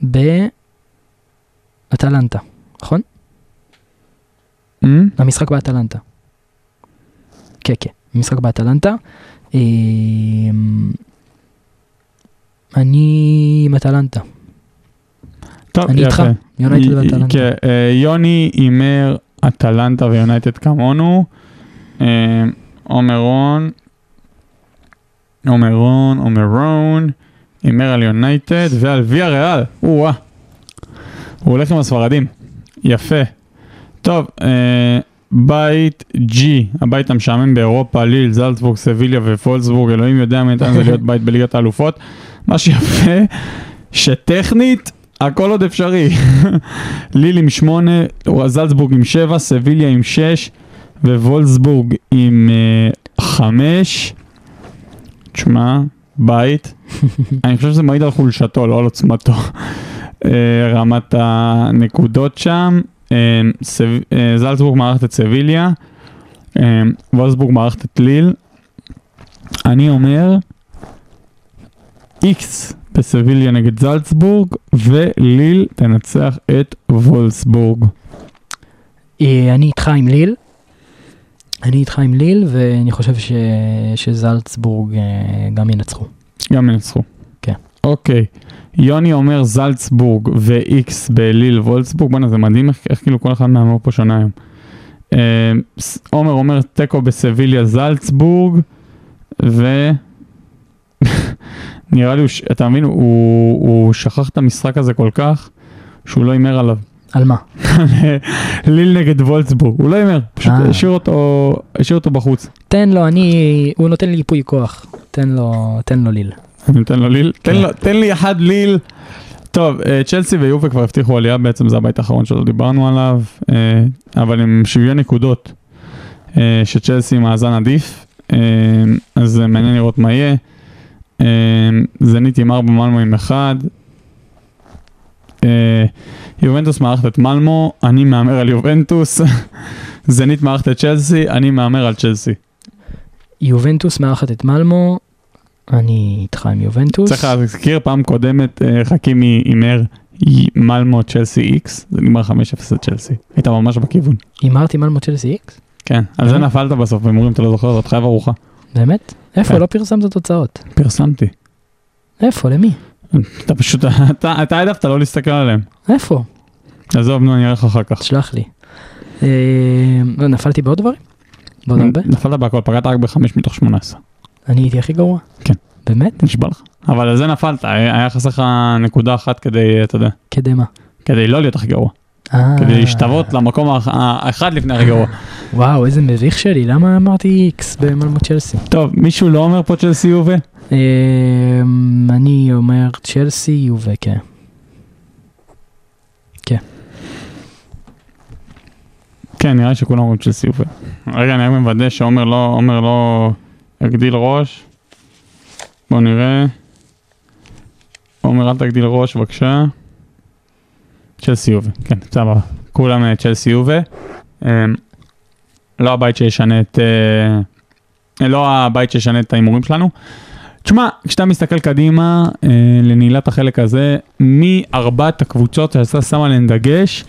באטלנטה, נכון? המשחק באטלנטה. כן. המשחק באטלנטה. אני עם אטלנטה. טוב, אני איתך, יונייטד ואטלנטה. יוני אימר אטלנטה ויונייטד כמונו. עומרון אימר על יונייטד ועל ויאריאל. הוא הולך עם הספרדים. יפה. טוב, בית G, הבית המשעמם באירופה, ליל, זלצבורג, סביליה ופולסבורג, אלוהים יודע מאיתנו זה להיות בית בליגת האלופות. מה שיפה, שטכנית, הכל עוד אפשרי. ליל עם 8, זלצבורג עם 7, סביליה עם 6, ווולסבורג עם 5. תשמע, בית. אני חושב שזה מעיד על חולשתו, לא על עוצמתו. רמת הנקודות שם. זלצבורג מערכת את סביליה. וולסבורג מערכת את ליל. אני אומר X בסביליה נגד זלצבורג, וליל תנצח את וולסבורג. אני איתך עם ליל, ואני חושב שזלצבורג גם ינצחו. גם ינצחו. כן. אוקיי. יוני אומר זלצבורג ו-X בליל וולסבורג. בוא'נה, זה מדהים איך כאילו כל אחד מהמור פה שונה היום. עומר אומר טקו בסביליה זלצבורג, נראה לי, אתה מבין, הוא שכח את המשחק הזה כל כך, שהוא לא יימר עליו. על מה? ליל נגד וולסבורג, הוא לא יימר, פשוט השאיר אותו בחוץ. תן לו, הוא נותן לי ייפוי כוח, תן לו ליל. אני אתן לו ליל? תן לי אחד ליל. טוב, צ'לסי ויובה כבר הבטיחו עלייה, בעצם זה הבית האחרון שלא דיברנו עליו, אבל עם 70 נקודות, שצ'לסי מאזן עדיף, אז מעניין לראות מה יהיה. זנית עם 4, מלמו עם 1. יובנטוס מערכת את מלמו, אני מאמר על יובנטוס. זנית מערכת את צ'לסי, אני מאמר על צ'לסי. יובנטוס מערכת את מלמו, אני איתך עם יובנטוס. צריך להזכיר, פעם קודמת חכימי אימר מלמו צ'לסי X, זה נגמר 5-0 צ'לסי. היית ממש בכיוון. אימרתי מלמו צ'לסי X? כן, על זה נפלת בסוף, ומורים אתה לא זוכר, אתה חייב ארוחה. באמת? איפה? לא פרסמת התוצאות. פרסמתי. איפה? למי? אתה פשוט, אתה העדפת לא להסתכל עליהם. איפה? עזוב, נו, אני אראה לך אחר כך. שלח לי. נפלתי בעוד דברים? בעוד הרבה? נפלת בהכל, פגעת רק ב5 מתוך 18. אני הייתי הכי גרוע? כן. באמת? נשבע לך. אבל על זה נפלת, היה חסר לך נקודה אחת כדי, אתה יודע. כדי מה? כדי לא להיות הכי גרוע. כדי להשתוות למקום האחד לפני הכי גרוע. וואו, איזה מביך שלי, למה אמרתי X במלמו צ'לסי? טוב, מישהו לא אומר פה צ'לסי יובה? אני אומר צ'לסי יובה, כן. כן. כן, נראה שכולם אומרים צ'לסי יובה. רגע, אני רק מוודא שעומר לא יגדיל ראש. בואו נראה. עומר, אל תגדיל ראש, בבקשה. צ'לסי יובה, כן, סבבה. כולם צ'לסי יובה. לא הבית שישנה את ההימורים שלנו. תשמע, כשאתה מסתכל קדימה לנעילת החלק הזה, מארבעת הקבוצות שעשה שמה להן דגש,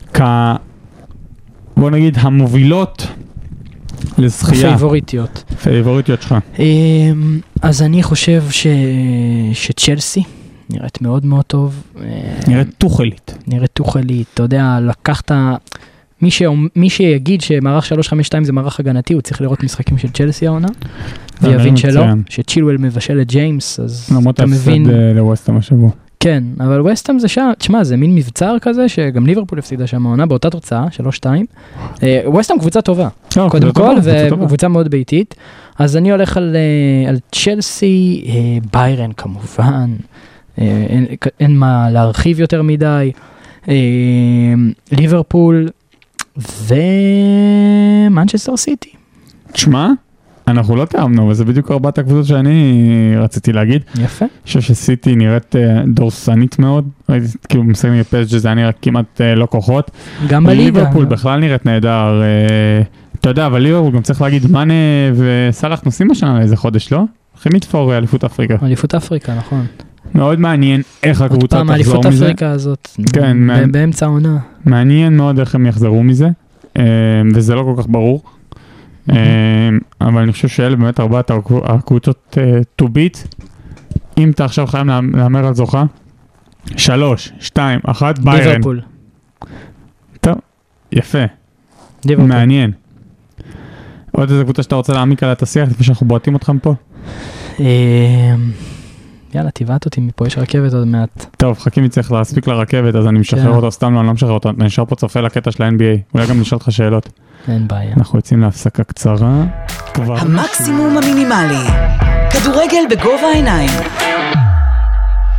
בוא נגיד המובילות לזכייה. פייבוריטיות שלך. אז אני חושב שצ'לסי נראית מאוד מאוד טוב. נראית תוכלית. אתה יודע, לקחת... מי שיגיד שמערך 352 זה מערך הגנתי, הוא צריך לראות משחקים של צ'לסי העונה, ויבין שלא, שצ'ילואל מבשל את ג'יימס, אז אתה מבין... למרות ההפסד לווסטהאם השבוע. כן, אבל ווסטהאם זה שם, תשמע, זה מין מבצר כזה, שגם ליברפול הפסידה שם העונה, באותה תוצאה, 3-2. ווסטהאם קבוצה טובה, קודם כל, וקבוצה מאוד ביתית. אז אני הולך על צ'לסי, ביירן כמובן, אין מה להרחיב יותר מדי, ליברפול, ומנצ'סטר סיטי. תשמע, אנחנו לא תאמנו, אבל זה בדיוק ארבעת הקבוצות שאני רציתי להגיד. יפה. אני חושב שסיטי נראית דורסנית מאוד. ראיתי, כאילו במשחק נגד פסג' זה נראה כמעט לא כוחות. גם בליגה. ליברפול בכלל נראית נהדר. אתה יודע, אבל ליברפול גם צריך להגיד, מאנה וסלאח נוסעים השנה לאיזה חודש, לא? הולכים לתפור אליפות אפריקה. אליפות אפריקה, נכון. מאוד מעניין איך הקבוצה תחזור מזה. אליפות אפריקה הזאת, כן, באמצע העונה. מעניין מאוד איך הם יחזרו מזה, וזה לא כל כך ברור. אבל אני חושב שאלה באמת ארבעת הקבוצות to beat. אם אתה עכשיו חייב להאמר על זוכה, 3, 2, 1, ביירן. ליברפול. טוב, יפה. ליברפול. מעניין. עוד איזה קבוצה שאתה רוצה להעמיק על התעשייה, לפני שאנחנו בועטים אתכם פה? יאללה, תבעט אותי מפה, יש רכבת עוד מעט. טוב, חכימי צריך להספיק לרכבת, אז אני משחרר אותו, סתם לא, אני לא משחרר אותו, אני נשאר פה צופה לקטע של ה-NBA, אולי גם נשאל לך שאלות. אין בעיה. אנחנו יוצאים להפסקה קצרה. המקסימום המינימלי, כדורגל בגובה העיניים.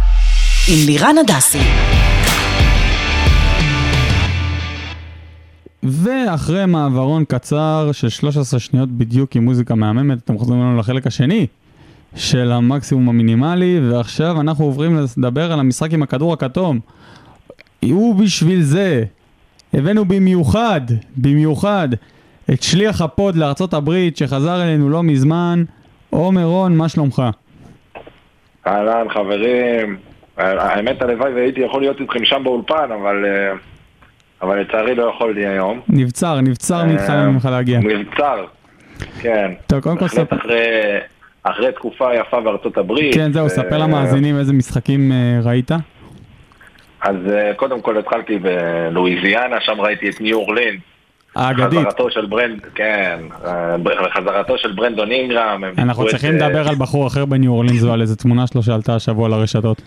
עם לירן הדסי. ואחרי מעברון קצר של 13 שניות בדיוק עם מוזיקה מהממת, אתם חוזרים לנו לחלק השני של המקסימום המינימלי, ועכשיו אנחנו עוברים לדבר על המשחק עם הכדור הכתום. ובשביל זה הבאנו במיוחד את שליח הפוד לארצות הברית שחזר אלינו לא מזמן. עומר רון, מה שלומך? אהלן חברים, האמת הלוואי והייתי יכול להיות איתכם שם באולפן, אבל לצערי לא יכולתי היום. נבצר ממך להגיע. נבצר, כן. טוב, קודם כל אחרי תקופה יפה בארצות הברית. כן, זהו, ספר למאזינים איזה משחקים ראית. אז קודם כל התחלתי בלואיזיאנה, שם ראיתי את ניו אורלינס. האגדית. חזרתו של ברנדון אינגרם. אנחנו צריכים לדבר על בחור אחר בניו אורלינס ועל איזה תמונה שלו שעלתה השבוע לרשתות.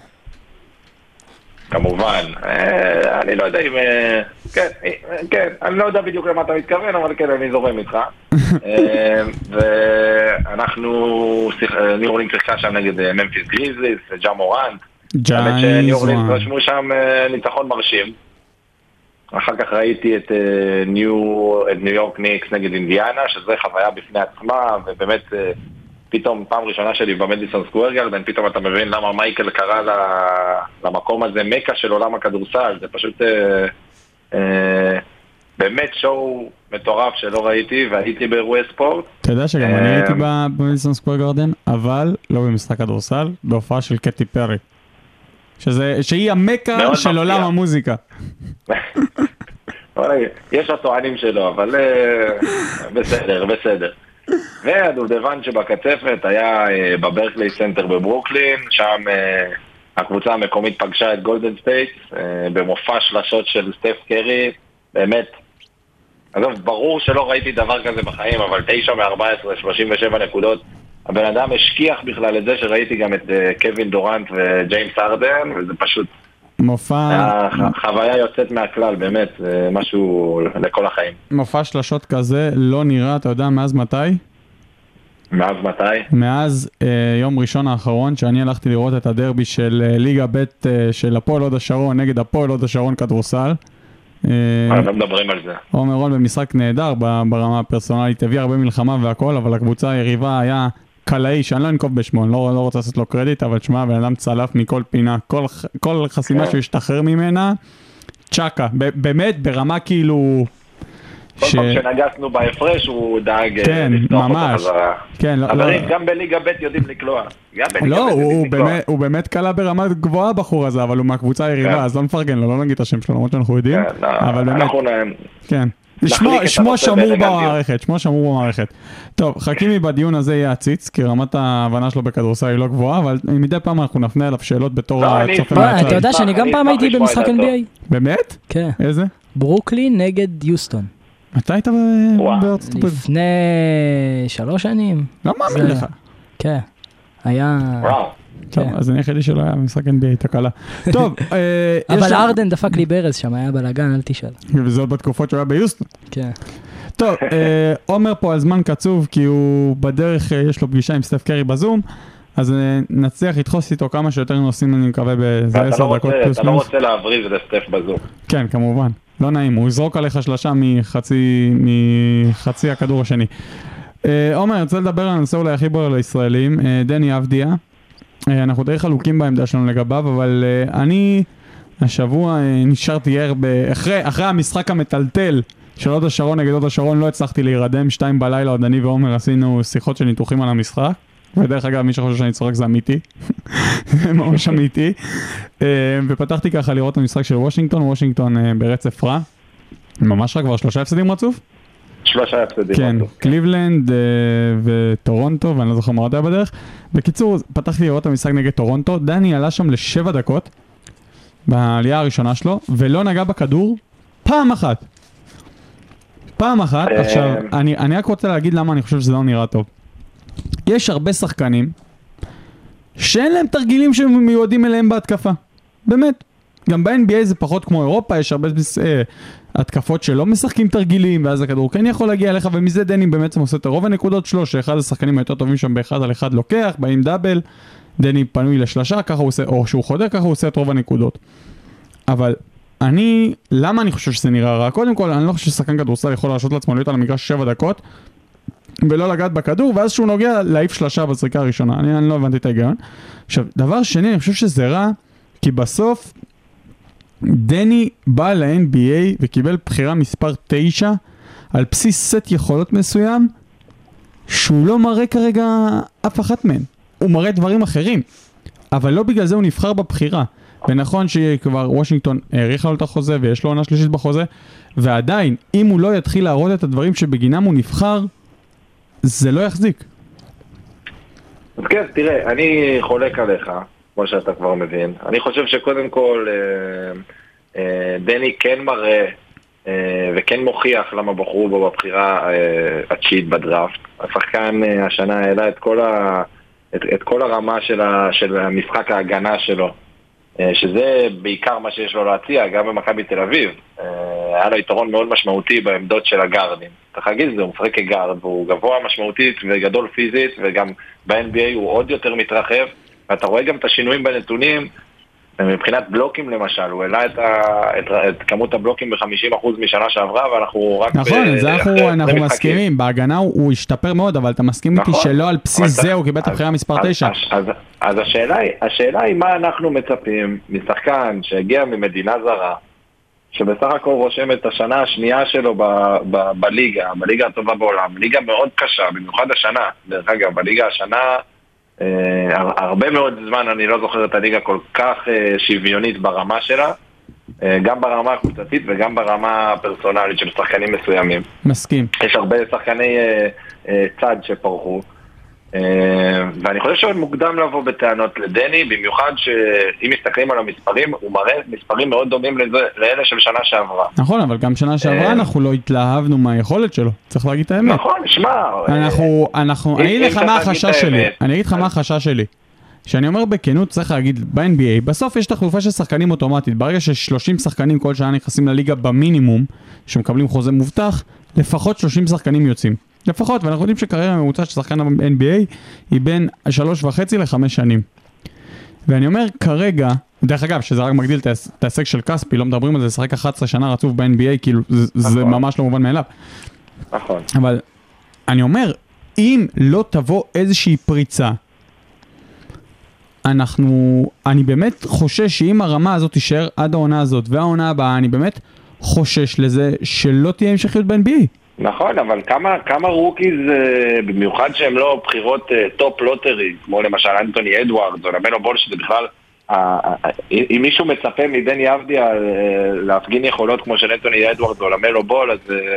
כמובן, אני לא יודע אם... כן, אני לא יודע בדיוק למה אתה מתכוון, אבל כן, אני זורם איתך. ואנחנו, ניו אורלינס שיחקה שם נגד ממפיס גריזליס, ג'ה מורנט. האמת שניו אורלינס רשמו שם ניצחון מרשים. אחר כך ראיתי את ניו יורק ניקס נגד אינדיאנה, שזה חוויה בפני עצמה, ובאמת פתאום פעם ראשונה שלי במדיסון סקוור גארדן, פתאום אתה מבין למה מייקל קרא למקום הזה מקה של עולם הכדורסל. זה פשוט באמת שואו מטורף שלא ראיתי, והייתי באירועי ספורט. אתה יודע שגם אני הייתי במדיסון סקוור גארדן, אבל לא במשחק כדורסל, בהופעה של קטי פרי. שהיא המקה של עולם המוזיקה. יש הטוענים שלו, אבל בסדר. והדובדבן שבקצפת היה בברקלי סנטר בברוקלין, שם הקבוצה המקומית פגשה את גולדן סטייט, במופע שלשות של סטף קרי, באמת, ברור שלא ראיתי דבר כזה בחיים, אבל 9 מ-14, 37 נקודות, הבן אדם השכיח בכלל את זה שראיתי גם את קווין דורנט וג'יימס ארדן, וזה פשוט חוויה יוצאת מהכלל, באמת, משהו לכל החיים. מופע שלשות כזה לא נראה, אתה יודע, מאז מתי? מאז מתי? מאז יום ראשון האחרון, שאני הלכתי לראות את הדרבי של ליגה ב' של הפועל הוד השרון נגד הפועל הוד השרון כדורסל. לא מדברים על זה. עומר רון במשחק נהדר ברמה הפרסונלית, הביא הרבה מלחמה והכל, אבל הקבוצה היריבה היה קלעי, שאני לא אנקוב בשמו, אני לא רוצה לעשות לו קרדיט, אבל תשמע, בן אדם צלף מכל פינה, כל חסימה שהוא השתחרר ממנה, צ'קה, באמת ברמה כאילו... כל פעם שנגסנו בהפרש הוא דאג לפתוח אותו חזרה. חברים, גם בליגה ב' יודעים לקלוע. לא, הוא באמת קלה ברמה גבוהה בחור הזה, אבל הוא מהקבוצה היריבה, אז לא מפרגן לו, לא נגיד את השם שלו, למרות שאנחנו יודעים, אבל באמת, כן. שמו שמור במערכת. טוב, חכימי בדיון הזה יהיה עציץ, כי רמת ההבנה שלו בכדורסל היא לא גבוהה, אבל מדי פעם אנחנו נפנה אליו שאלות בתור הצופה מהצד. אתה יודע שאני גם פעם הייתי במשחק NBA? באמת? כן. איזה? ברוקלין נגד יוסטון. מתי היית בארצות הברית? לפני 3 שנים. לא מאמין לך. כן. היה... טוב, אז אני היחידי שלא היה במשחק NBA, תקלה. טוב, אבל ארדן דפק לי ברז שם, היה בלגן, אל תשאל. וזה עוד בתקופות שהוא היה ביוסטון. כן. טוב, עומר פה על זמן קצוב, כי הוא בדרך, יש לו פגישה עם סטף קרי בזום, אז נצליח לדחוס איתו כמה שיותר נושאים, אני מקווה באיזה 10 דקות פלוס. אתה לא רוצה להבריז לסטף בזום. כן, כמובן. לא נעים, הוא יזרוק עליך שלושה מחצי הכדור השני. עומר, אני רוצה לדבר על הנושא אולי הכי בולט לישראלים, דני אבדיה. אנחנו די חלוקים בעמדה שלנו לגביו, אבל אני השבוע נשארתי אחרי המשחק המטלטל של הוד השרון נגד הוד השרון, לא הצלחתי להירדם, 2 בלילה, עוד אני ועומר עשינו שיחות של ניתוחים על המשחק, ודרך אגב מי שחושב שאני צורק זה אמיתי, זה ממש אמיתי, ופתחתי ככה לראות את המשחק של וושינגטון ברצף רע, ממש רק כבר 3 הפסדים רצוף? 3 הפסדים. כן, קליבלנד וטורונטו, ואני לא זוכר מה עוד היה בדרך. בקיצור, פתחתי לראות את המשחק נגד טורונטו, דני עלה שם ל7 דקות, בעלייה הראשונה שלו, ולא נגע בכדור פעם אחת. עכשיו, אני רק רוצה להגיד למה אני חושב שזה לא נראה טוב. יש הרבה שחקנים שאין להם תרגילים שמיועדים אליהם בהתקפה. באמת. גם ב-NBA זה פחות כמו אירופה, יש הרבה התקפות שלא משחקים תרגילים, ואז הכדור כן יכול להגיע אליך, ומזה דני באמת עושה את רוב הנקודות שלו, שאחד השחקנים היותר טובים שם באחד על אחד לוקח, באים דאבל, דני פנוי לשלשה, ככה הוא עושה, או שהוא חודר, ככה הוא עושה את רוב הנקודות. אבל למה אני חושב שזה נראה רע? קודם כל, אני לא חושב ששחקן כדורסל יכול להרשות לעצמו להיות על המגרש 7 דקות, ולא לגעת בכדור, ואז שהוא נוגע להעיף שלשה בזריקה הראשונה. אני לא הבנתי את ההיגיון. עכשיו, דבר שני, אני חושב שזה רע, כי בסוף, דני בא ל-NBA וקיבל בחירה מספר 9, על בסיס סט יכולות מסוים, שהוא לא מראה כרגע אף אחת מהן. הוא מראה דברים אחרים, אבל לא בגלל זה הוא נבחר בבחירה. ונכון שכבר וושינגטון העריכה לו את החוזה, ויש לו עונה שלישית בחוזה, ועדיין, אם הוא לא יתחיל להראות את הדברים שבגינם הוא נבחר, זה לא יחזיק. אז כן, תראה, אני חולק עליך, כמו שאתה כבר מבין. אני חושב שקודם כל, דני כן מראה, וכן מוכיח למה בחרו בו בבחירה התשיעית בדראפט. השחקן השנה העלה את כל הרמה של המשחק ההגנה שלו, שזה בעיקר מה שיש לו להציע, גם במכבי תל אביב. היה לו יתרון מאוד משמעותי בעמדות של הגארדים. צריך להגיד את זה, הוא משחק כגארד, והוא גבוה משמעותית וגדול פיזית, וגם ב-NBA הוא עוד יותר מתרחב, ואתה רואה גם את השינויים בנתונים, מבחינת בלוקים למשל, הוא העלה את כמות הבלוקים ב-50% משנה שעברה, ואנחנו רק... נכון, זה אנחנו מסכימים, בהגנה הוא השתפר מאוד, אבל אתה מסכים איתי שלא על בסיס זה, הוא קיבל את הבחירה מספר 9. אז השאלה היא מה אנחנו מצפים משחקן שהגיע ממדינה זרה, שבסך הכל רושם את השנה השנייה שלו בליגה הטובה בעולם, ליגה מאוד קשה, במיוחד השנה, דרך אגב, בליגה השנה, הרבה מאוד זמן אני לא זוכר את הליגה כל כך שוויונית ברמה שלה, גם ברמה הקבוצתית וגם ברמה הפרסונלית של שחקנים מסוימים. מסכים. יש הרבה שחקני צד שפרחו, ואני חושב שמוקדם לבוא בטענות לדני, במיוחד שאם מסתכלים על המספרים, הוא מראה מספרים מאוד דומים לאלה של שנה שעברה. נכון, אבל גם שנה שעברה אנחנו לא התלהבנו מהיכולת שלו, צריך להגיד את האמת. נכון, שמע. אני אגיד לך מה החשש שלי. שאני אומר בכנות, צריך להגיד, ב-NBA, בסוף יש תחלופה של שחקנים אוטומטית, ברגע ש30 שחקנים כל שנה נכנסים לליגה במינימום, שמקבלים חוזה מובטח, לפחות 30 שחקנים יוצאים. לפחות, ואנחנו יודעים שקריירה ממוצעת של שחקן ב-NBA היא בין 3.5 ל-5 שנים. ואני אומר כרגע, דרך אגב, שזה רק מגדיל את ההישג של קספי, לא מדברים על זה, שחק 11 שנה רצוף ב-NBA, כאילו זה ממש לא מובן מאליו. נכון. אבל אני אם לא תבוא איזושהי פריצה, אני באמת חושש שאם הרמה הזאת תישאר עד העונה הזאת והעונה הבאה, אני באמת חושש לזה שלא תהיה המשכיות ב-NBA. נכון, אבל כמה רוקיז, במיוחד שהם לא בחירות טופ לוטרי, כמו למשל אנטוני אדוארדס או למלו בול, שזה בכלל, אם מישהו מצפה מדני אבדיה להפגין יכולות כמו של אנטוני אדוארדס או למלו בול,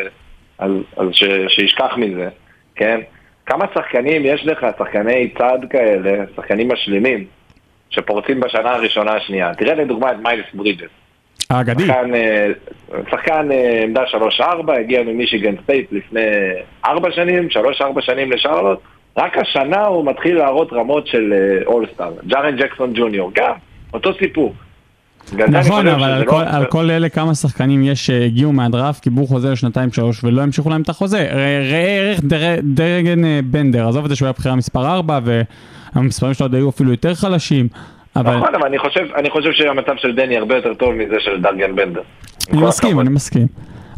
אז שישכח מזה, כן? כמה שחקנים יש לך, שחקני צד כאלה, שחקנים משלימים, שפורצים בשנה הראשונה השנייה. תראה לדוגמה את מיילס ברידג'ס. האגדי. שחקן עמדה 3-4, הגיע ממישיגן סטייט לפני 4 שנים, 3-4 שנים לשרלוט. רק השנה הוא מתחיל להראות רמות של אולסטאר. ג'ארן ג'קסון ג'וניור, גם, אותו סיפור. נכון, אבל על כל אלה כמה שחקנים יש שהגיעו מהדראפט, קיבלו חוזה ל2-3 ולא המשיכו להם את החוזה. ראה ערך דרגן בנדר, עזוב את זה שהוא היה בחירה מספר 4 והמספרים שלו היו אפילו יותר חלשים. נכון, אבל אני חושב שהמצב של דני הרבה יותר טוב מזה של דרגן בנדר. אני מסכים.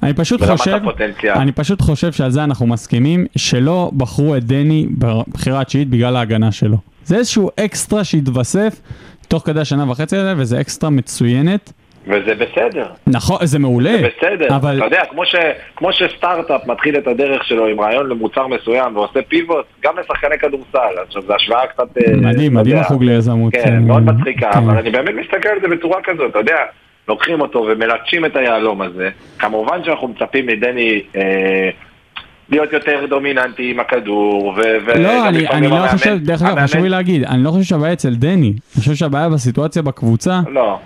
אני פשוט חושב שעל זה אנחנו מסכימים, שלא בחרו את דני בבחירה התשיעית בגלל ההגנה שלו. זה איזשהו אקסטרה שהתווסף תוך כדי השנה וחצי האלה, וזה אקסטרה מצוינת. וזה בסדר. נכון, זה מעולה. זה בסדר. אתה יודע, כמו שסטארט-אפ מתחיל את הדרך שלו עם רעיון למוצר מסוים ועושה פיבוט, גם לשחקני כדורסל. עכשיו, זו השוואה קצת... מדהים החוג ליזמות. כן, מאוד מצחיקה, אבל אני באמת מסתכל על זה בצורה כזאת, אתה יודע, לוקחים אותו ומלטשים את היעלום הזה. כמובן שאנחנו מצפים מדני... להיות יותר דומיננטי עם הכדור לא, אני לא חושב, דרך אגב, חשוב לי להגיד, אני לא חושב שהבעיה אצל דני, אני חושב שהבעיה בסיטואציה בקבוצה, לא,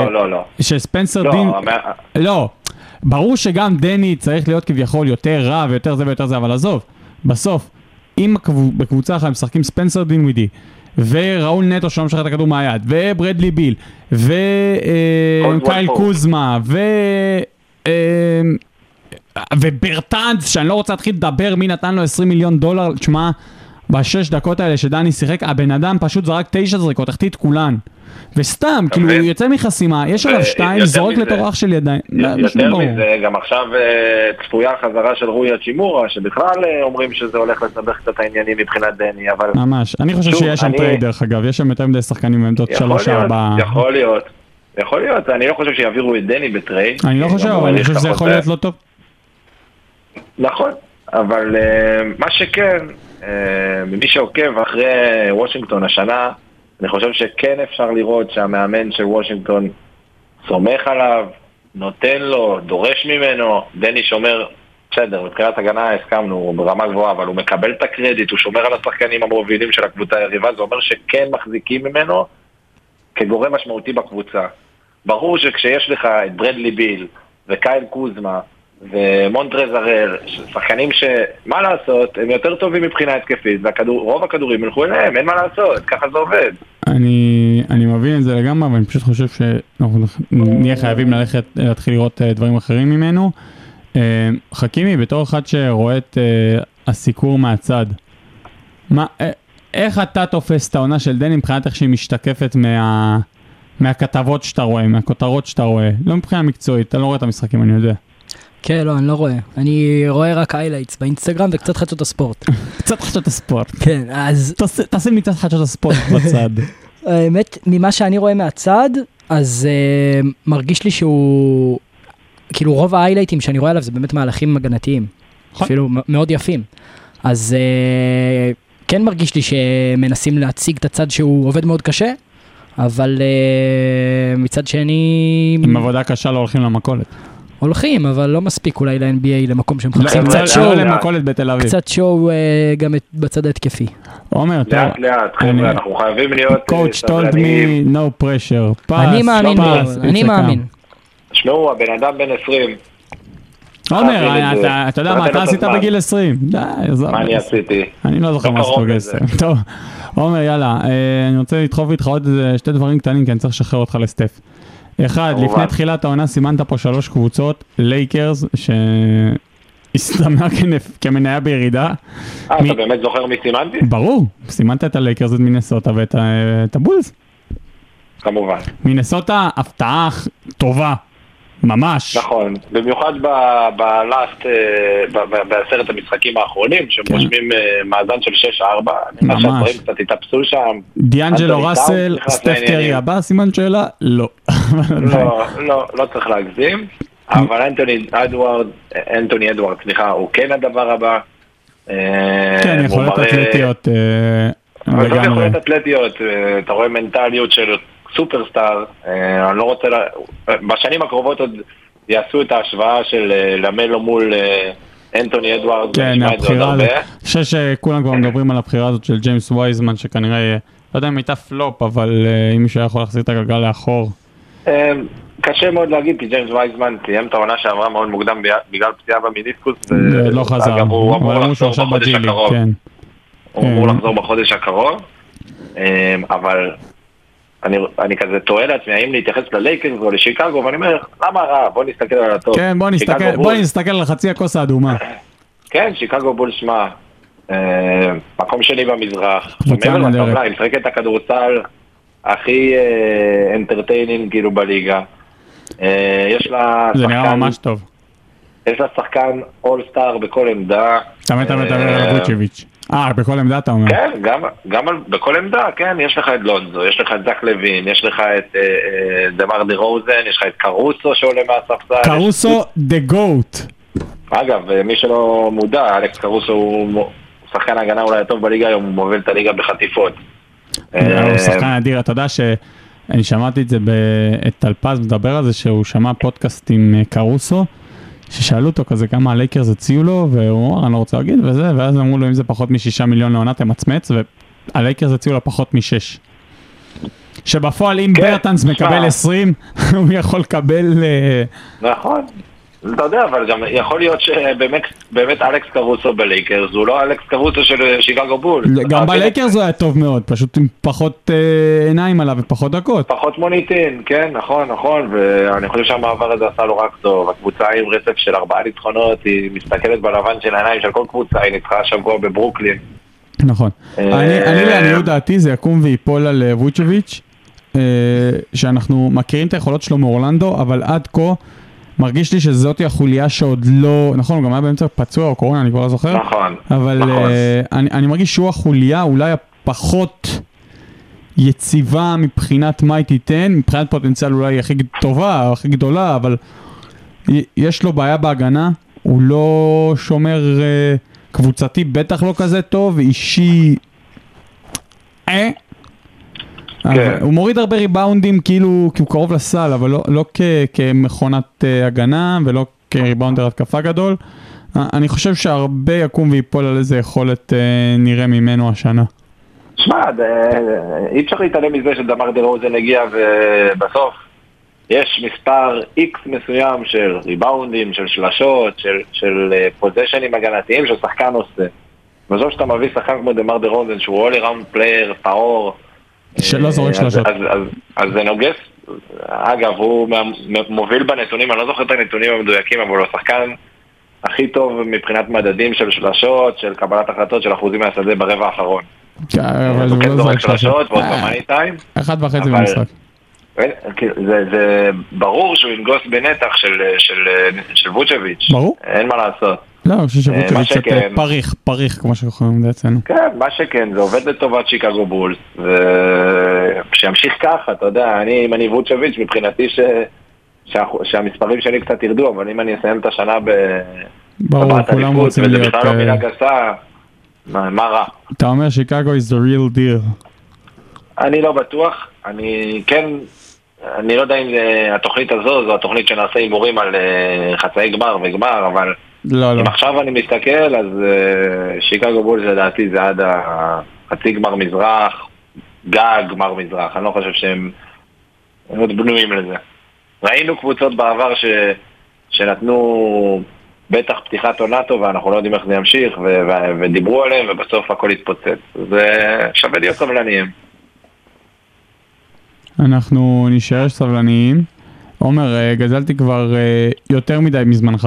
שספנסר דין, לא, ברור שגם דני צריך להיות כביכול יותר רע ויותר זה ויותר זה, אבל עזוב, בסוף, אם בקבוצה אחת משחקים ספנסר דין ווידי, וראול נטו שלא משחק את הכדור מהיד, וברדלי ביל, וקייל קוזמה, וברטנס, שאני לא רוצה להתחיל לדבר מי נתן לו $20 מיליון, תשמע, בשש דקות האלה שדני שיחק, הבן אדם פשוט זרק 9 זריקות, החטיא את כולן. וסתם, כאילו הוא יוצא מחסימה, יש עליו 2, זורק לתוך של ידיים. יותר מזה, גם עכשיו צפויה חזרה של רוי צ'ימורה, שבכלל אומרים שזה הולך לסבך קצת העניינים מבחינת דני, אבל... ממש, אני חושב שיש שם טרייד דרך אגב, יש שם יותר מדי שחקנים בעמדות 3-4. יכול להיות, אני לא חושב שיעבירו את דני בטרייד. אני לא חושב, אבל אני חושב שזה יכול להיות לא טוב. נכון, אבל מה שכן, ממי שעוקב אחרי וושינגטון השנה, אני חושב שכן אפשר לראות שהמאמן של וושינגטון סומך עליו, נותן לו, דורש ממנו, דני שומר, בסדר, מבחינת הגנה הסכמנו, הוא ברמה גבוהה, אבל הוא מקבל את הקרדיט, הוא שומר על השחקנים המובילים של הקבוצה היריבה, זה אומר שכן מחזיקים ממנו כגורם משמעותי בקבוצה. ברור שכשיש לך את ברדלי ביל וקייל קוזמה ומונטרז הראל, שחקנים שמה לעשות, הם יותר טובים מבחינה התקפית, ורוב הכדורים הלכו אליהם, אין מה לעשות, ככה זה עובד. אני מבין את זה לגמרי, אבל אני פשוט חושב שאנחנו נהיה חייבים להתחיל לראות דברים אחרים ממנו. חכימי, בתור אחד שרואה את הסיקור מהצד, איך אתה תופס את העונה של דני מבחינת איך שהיא משתקפת מהכתבות שאתה רואה, מהכותרות שאתה רואה? לא מבחינה מקצועית, אתה לא רואה את המשחקים, אני יודע. כן, לא, אני לא רואה. אני רואה רק highlights באינסטגרם וקצת חדשות הספורט. קצת חדשות הספורט. כן, אז... תשים לי קצת חדשות הספורט בצד. האמת, ממה שאני רואה מהצד, אז מרגיש לי שהוא... כאילו רוב ההיילייטים שאני רואה עליו זה באמת מהלכים הגנתיים. אפילו מאוד יפים. אז כן מרגיש לי שמנסים להציג את הצד שהוא עובד מאוד קשה, אבל מצד שני... עם עבודה קשה לא הולכים למכולת. הולכים, אבל לא מספיק אולי ל-NBA למקום שהם חפשים קצת שואו. לא למכולת בתל אביב. קצת שואו גם בצד ההתקפי. עומר, טוב. לאט, חבר'ה, אנחנו חייבים להיות... Coach told me no pressure. אני מאמין בו, אני מאמין. שמעו, הבן אדם בן 20. עומר, אתה יודע מה אתה עשית בגיל 20? מה אני עשיתי? אני לא זוכר מה עשית בגיל 20. טוב, עומר, יאללה, אני רוצה לדחוף איתך עוד שתי דברים קטנים, כי אני צריך לשחרר אותך לסטף. אחד, לפני תחילת העונה סימנת פה 3 קבוצות, לייקרס, שהסתמנה כמניה בירידה. אתה באמת זוכר מי סימנתי? ברור, סימנת את הלייקרס, את מינסוטה ואת הבולס. כמובן. מינסוטה, הפתעה טובה. ממש. נכון, במיוחד בעשרת המשחקים האחרונים, שהם רושמים מאזן של 6-4, אני חושב שהדברים קצת התאפסו שם. דיאנג'לו ראסל, סטף קרי הבא, סימן שאלה? לא. לא צריך להגזים, אבל אנטוני אדוארד, סליחה, הוא כן הדבר הבא. כן, יכולות אתלטיות. יכולות אתלטיות, אתה רואה מנטליות של... סופרסטאר, אני לא רוצה, בשנים הקרובות עוד יעשו את ההשוואה של למלו מול אנטוני אדוארד. כן, הבחירה, אני חושב שכולם כבר מדברים על הבחירה הזאת של ג'יימס וייזמן, שכנראה, לא יודע אם הייתה פלופ, אבל אם מישהו יכול להחזיר את הגלגל לאחור. קשה מאוד להגיד, כי ג'יימס וייזמן תיים את העונה שעברה מאוד מוקדם בגלל פציעה במיניסקוס, לא חזר, הוא אמור לחזור בחודש הקרוב. הוא אמור לחזור בחודש הקרוב, אבל... אני כזה טועה לעצמי, האם להתייחס ללייקרס או לשיקגו, ואני אומר, למה רע? בוא נסתכל על הטוב. כן, בוא נסתכל על חצי הכוס האדומה. כן, שיקגו בול שמה, מקום שני במזרח, היא משחקת את הכדורסל הכי אנטרטיינינג כאילו בליגה. יש לה זה נראה ממש טוב. יש לה שחקן אול-סטאר בכל עמדה. אתה מדבר על ווצ'ביץ'. בכל עמדה אתה אומר. כן, גם בכל עמדה, כן, יש לך את לונזו, יש לך את זק לוין, יש לך את דמר דה רוזן, יש לך את קרוסו שעולה מהספסל. קרוסו דה גוט. אגב, מי שלא מודע, אלכס קרוסו הוא שחקן הגנה אולי הטוב בליגה היום, הוא מוביל את הליגה בחטיפות. הוא שחקן אדיר, אתה יודע שאני שמעתי את זה, את טלפז מדבר על זה, שהוא שמע פודקאסט עם קרוסו, ששאלו אותו כזה כמה הלייקרס הציעו לו, והוא אמר, אני לא רוצה להגיד, וזה, ואז אמרו לו, אם זה פחות מ6 מיליון לעונה, תמצמץ, והלייקרס הציעו לו פחות מ6. שבפועל, אם ברטנס מקבל 20, הוא יכול לקבל... נכון. אתה יודע, אבל גם יכול להיות שבאמת אלכס קרוסו בלייקרס, הוא לא אלכס קרוסו של שיקגו בול. גם בלייקרס הוא היה טוב מאוד, פשוט עם פחות עיניים עליו ופחות דקות. פחות מוניטין, כן, נכון, ואני חושב שהמעבר הזה עשה לו רק טוב. הקבוצה עם רצף של 4 ניצחונות, היא מסתכלת בלבן של העיניים של כל קבוצה, היא ניצחה שבוע בברוקלין. נכון. אני לעניות דעתי זה יקום ויפול על ווצ'ביץ', שאנחנו מכירים את היכולות שלו מאורלנדו, אבל עד כה מרגיש לי שזאת החוליה שעוד לא, נכון, הוא גם היה באמצע פצוע או קורונה, אני כבר לא זוכר. נכון. אבל אני מרגיש שהוא החוליה אולי הפחות יציבה מבחינת מה היא תיתן, מבחינת פוטנציאל אולי הכי טובה או הכי גדולה, אבל יש לו בעיה בהגנה, הוא לא שומר קבוצתי, בטח לא כזה טוב, אישי הוא מוריד הרבה ריבאונדים כאילו כי הוא קרוב לסל, אבל לא כמכונת הגנה ולא כריבאונדר התקפה גדול. אני חושב שהרבה יקום ויפול על איזה יכולת נראה ממנו השנה. שמע, אי אפשר להתעלם מזה שדמר דה-רוזן הגיע ובסוף יש מספר X מסוים של ריבאונדים, של שלשות, של פוזיישנים הגנתיים ששחקן עושה. בסוף שאתה מביא שחקן כמו דמר דה-רוזן שהוא all around player, טהור, שלא זורק שלשות. אז זה נוגס. אגב, הוא מוביל בנתונים, אני לא זוכר את הנתונים המדויקים, אבל הוא השחקן הכי טוב מבחינת מדדים של שלשות, של קבלת החלטות, של אחוזים מהשדה ברבע האחרון. אבל הוא כן זורק שלשות, ועוד במאני טיים. 1.5 במשחק. זה ברור שהוא ינגוס בנתח של ווצ'ביץ'. ברור. אין מה לעשות. לא, אני חושב שווצ'ביץ' פריך, כמו שאנחנו אצלנו. כן, מה שכן, זה עובד לטובת שיקגו בולס, ושימשיך ככה, אתה יודע, אם אני ווצ'ביץ' מבחינתי שהמספרים שלי קצת ירדו, אבל אם אני אסיים את השנה ברור, כולם רוצים להיות... וזה בכלל לא מילה גסה, מה רע? אתה אומר שיקגו is the real deal. אני לא בטוח, אני לא יודע אם התוכנית הזו, זו התוכנית שנעשה הימורים על חצאי גמר וגמר, אבל אם עכשיו אני מסתכל, אז שיקגו בולס לדעתי זה עד חצי גמר מזרח, גג גמר מזרח, אני לא חושב שהם עוד בנויים לזה. ראינו קבוצות בעבר שנתנו בטח פתיחת עונה טובה, ואנחנו לא יודעים איך זה ימשיך, ודיברו עליהם, ובסוף הכל התפוצץ. זה שווה להיות סבלניים. אנחנו נשאר סבלניים. עומר, גזלתי כבר יותר מדי מזמנך.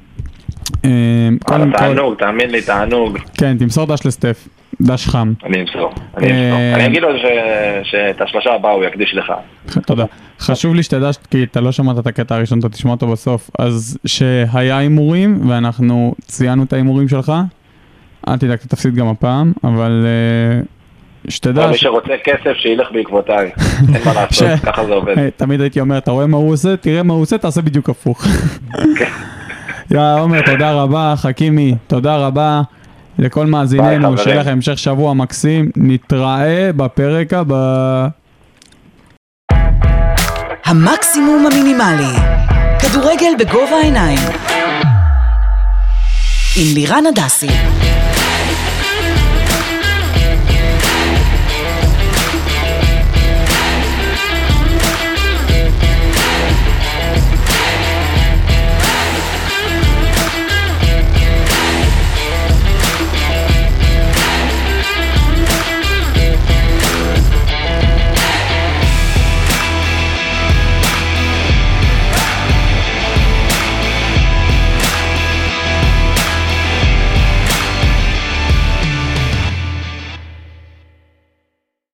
תענוג, תאמין לי, תענוג. כן, תמסור דש לסטף, דש חם. אני אמסור. אני אגיד לו שאת השלושה הבאה הוא יקדיש לך. תודה. חשוב לי שתדע, כי אתה לא שמעת את הקטע הראשון, אתה תשמע אותו בסוף, אז שהיה אימורים, ואנחנו ציינו את האימורים שלך, אל תדאג, אתה תפסיד גם הפעם, אבל שתדע... מי שרוצה כסף שילך בעקבותיי, אין מה לעשות, ככה זה עובד. תמיד הייתי אומר, אתה רואה מה הוא עושה, תראה מה הוא עושה, תעשה בדיוק הפוך. יא עומר, תודה רבה, חכימי, תודה רבה לכל מאזיננו, שיהיה לכם המשך שבוע מקסים, נתראה בפרק הבא. המקסימום המינימלי, כדורגל בגובה העיניים, עם לירן הדסי.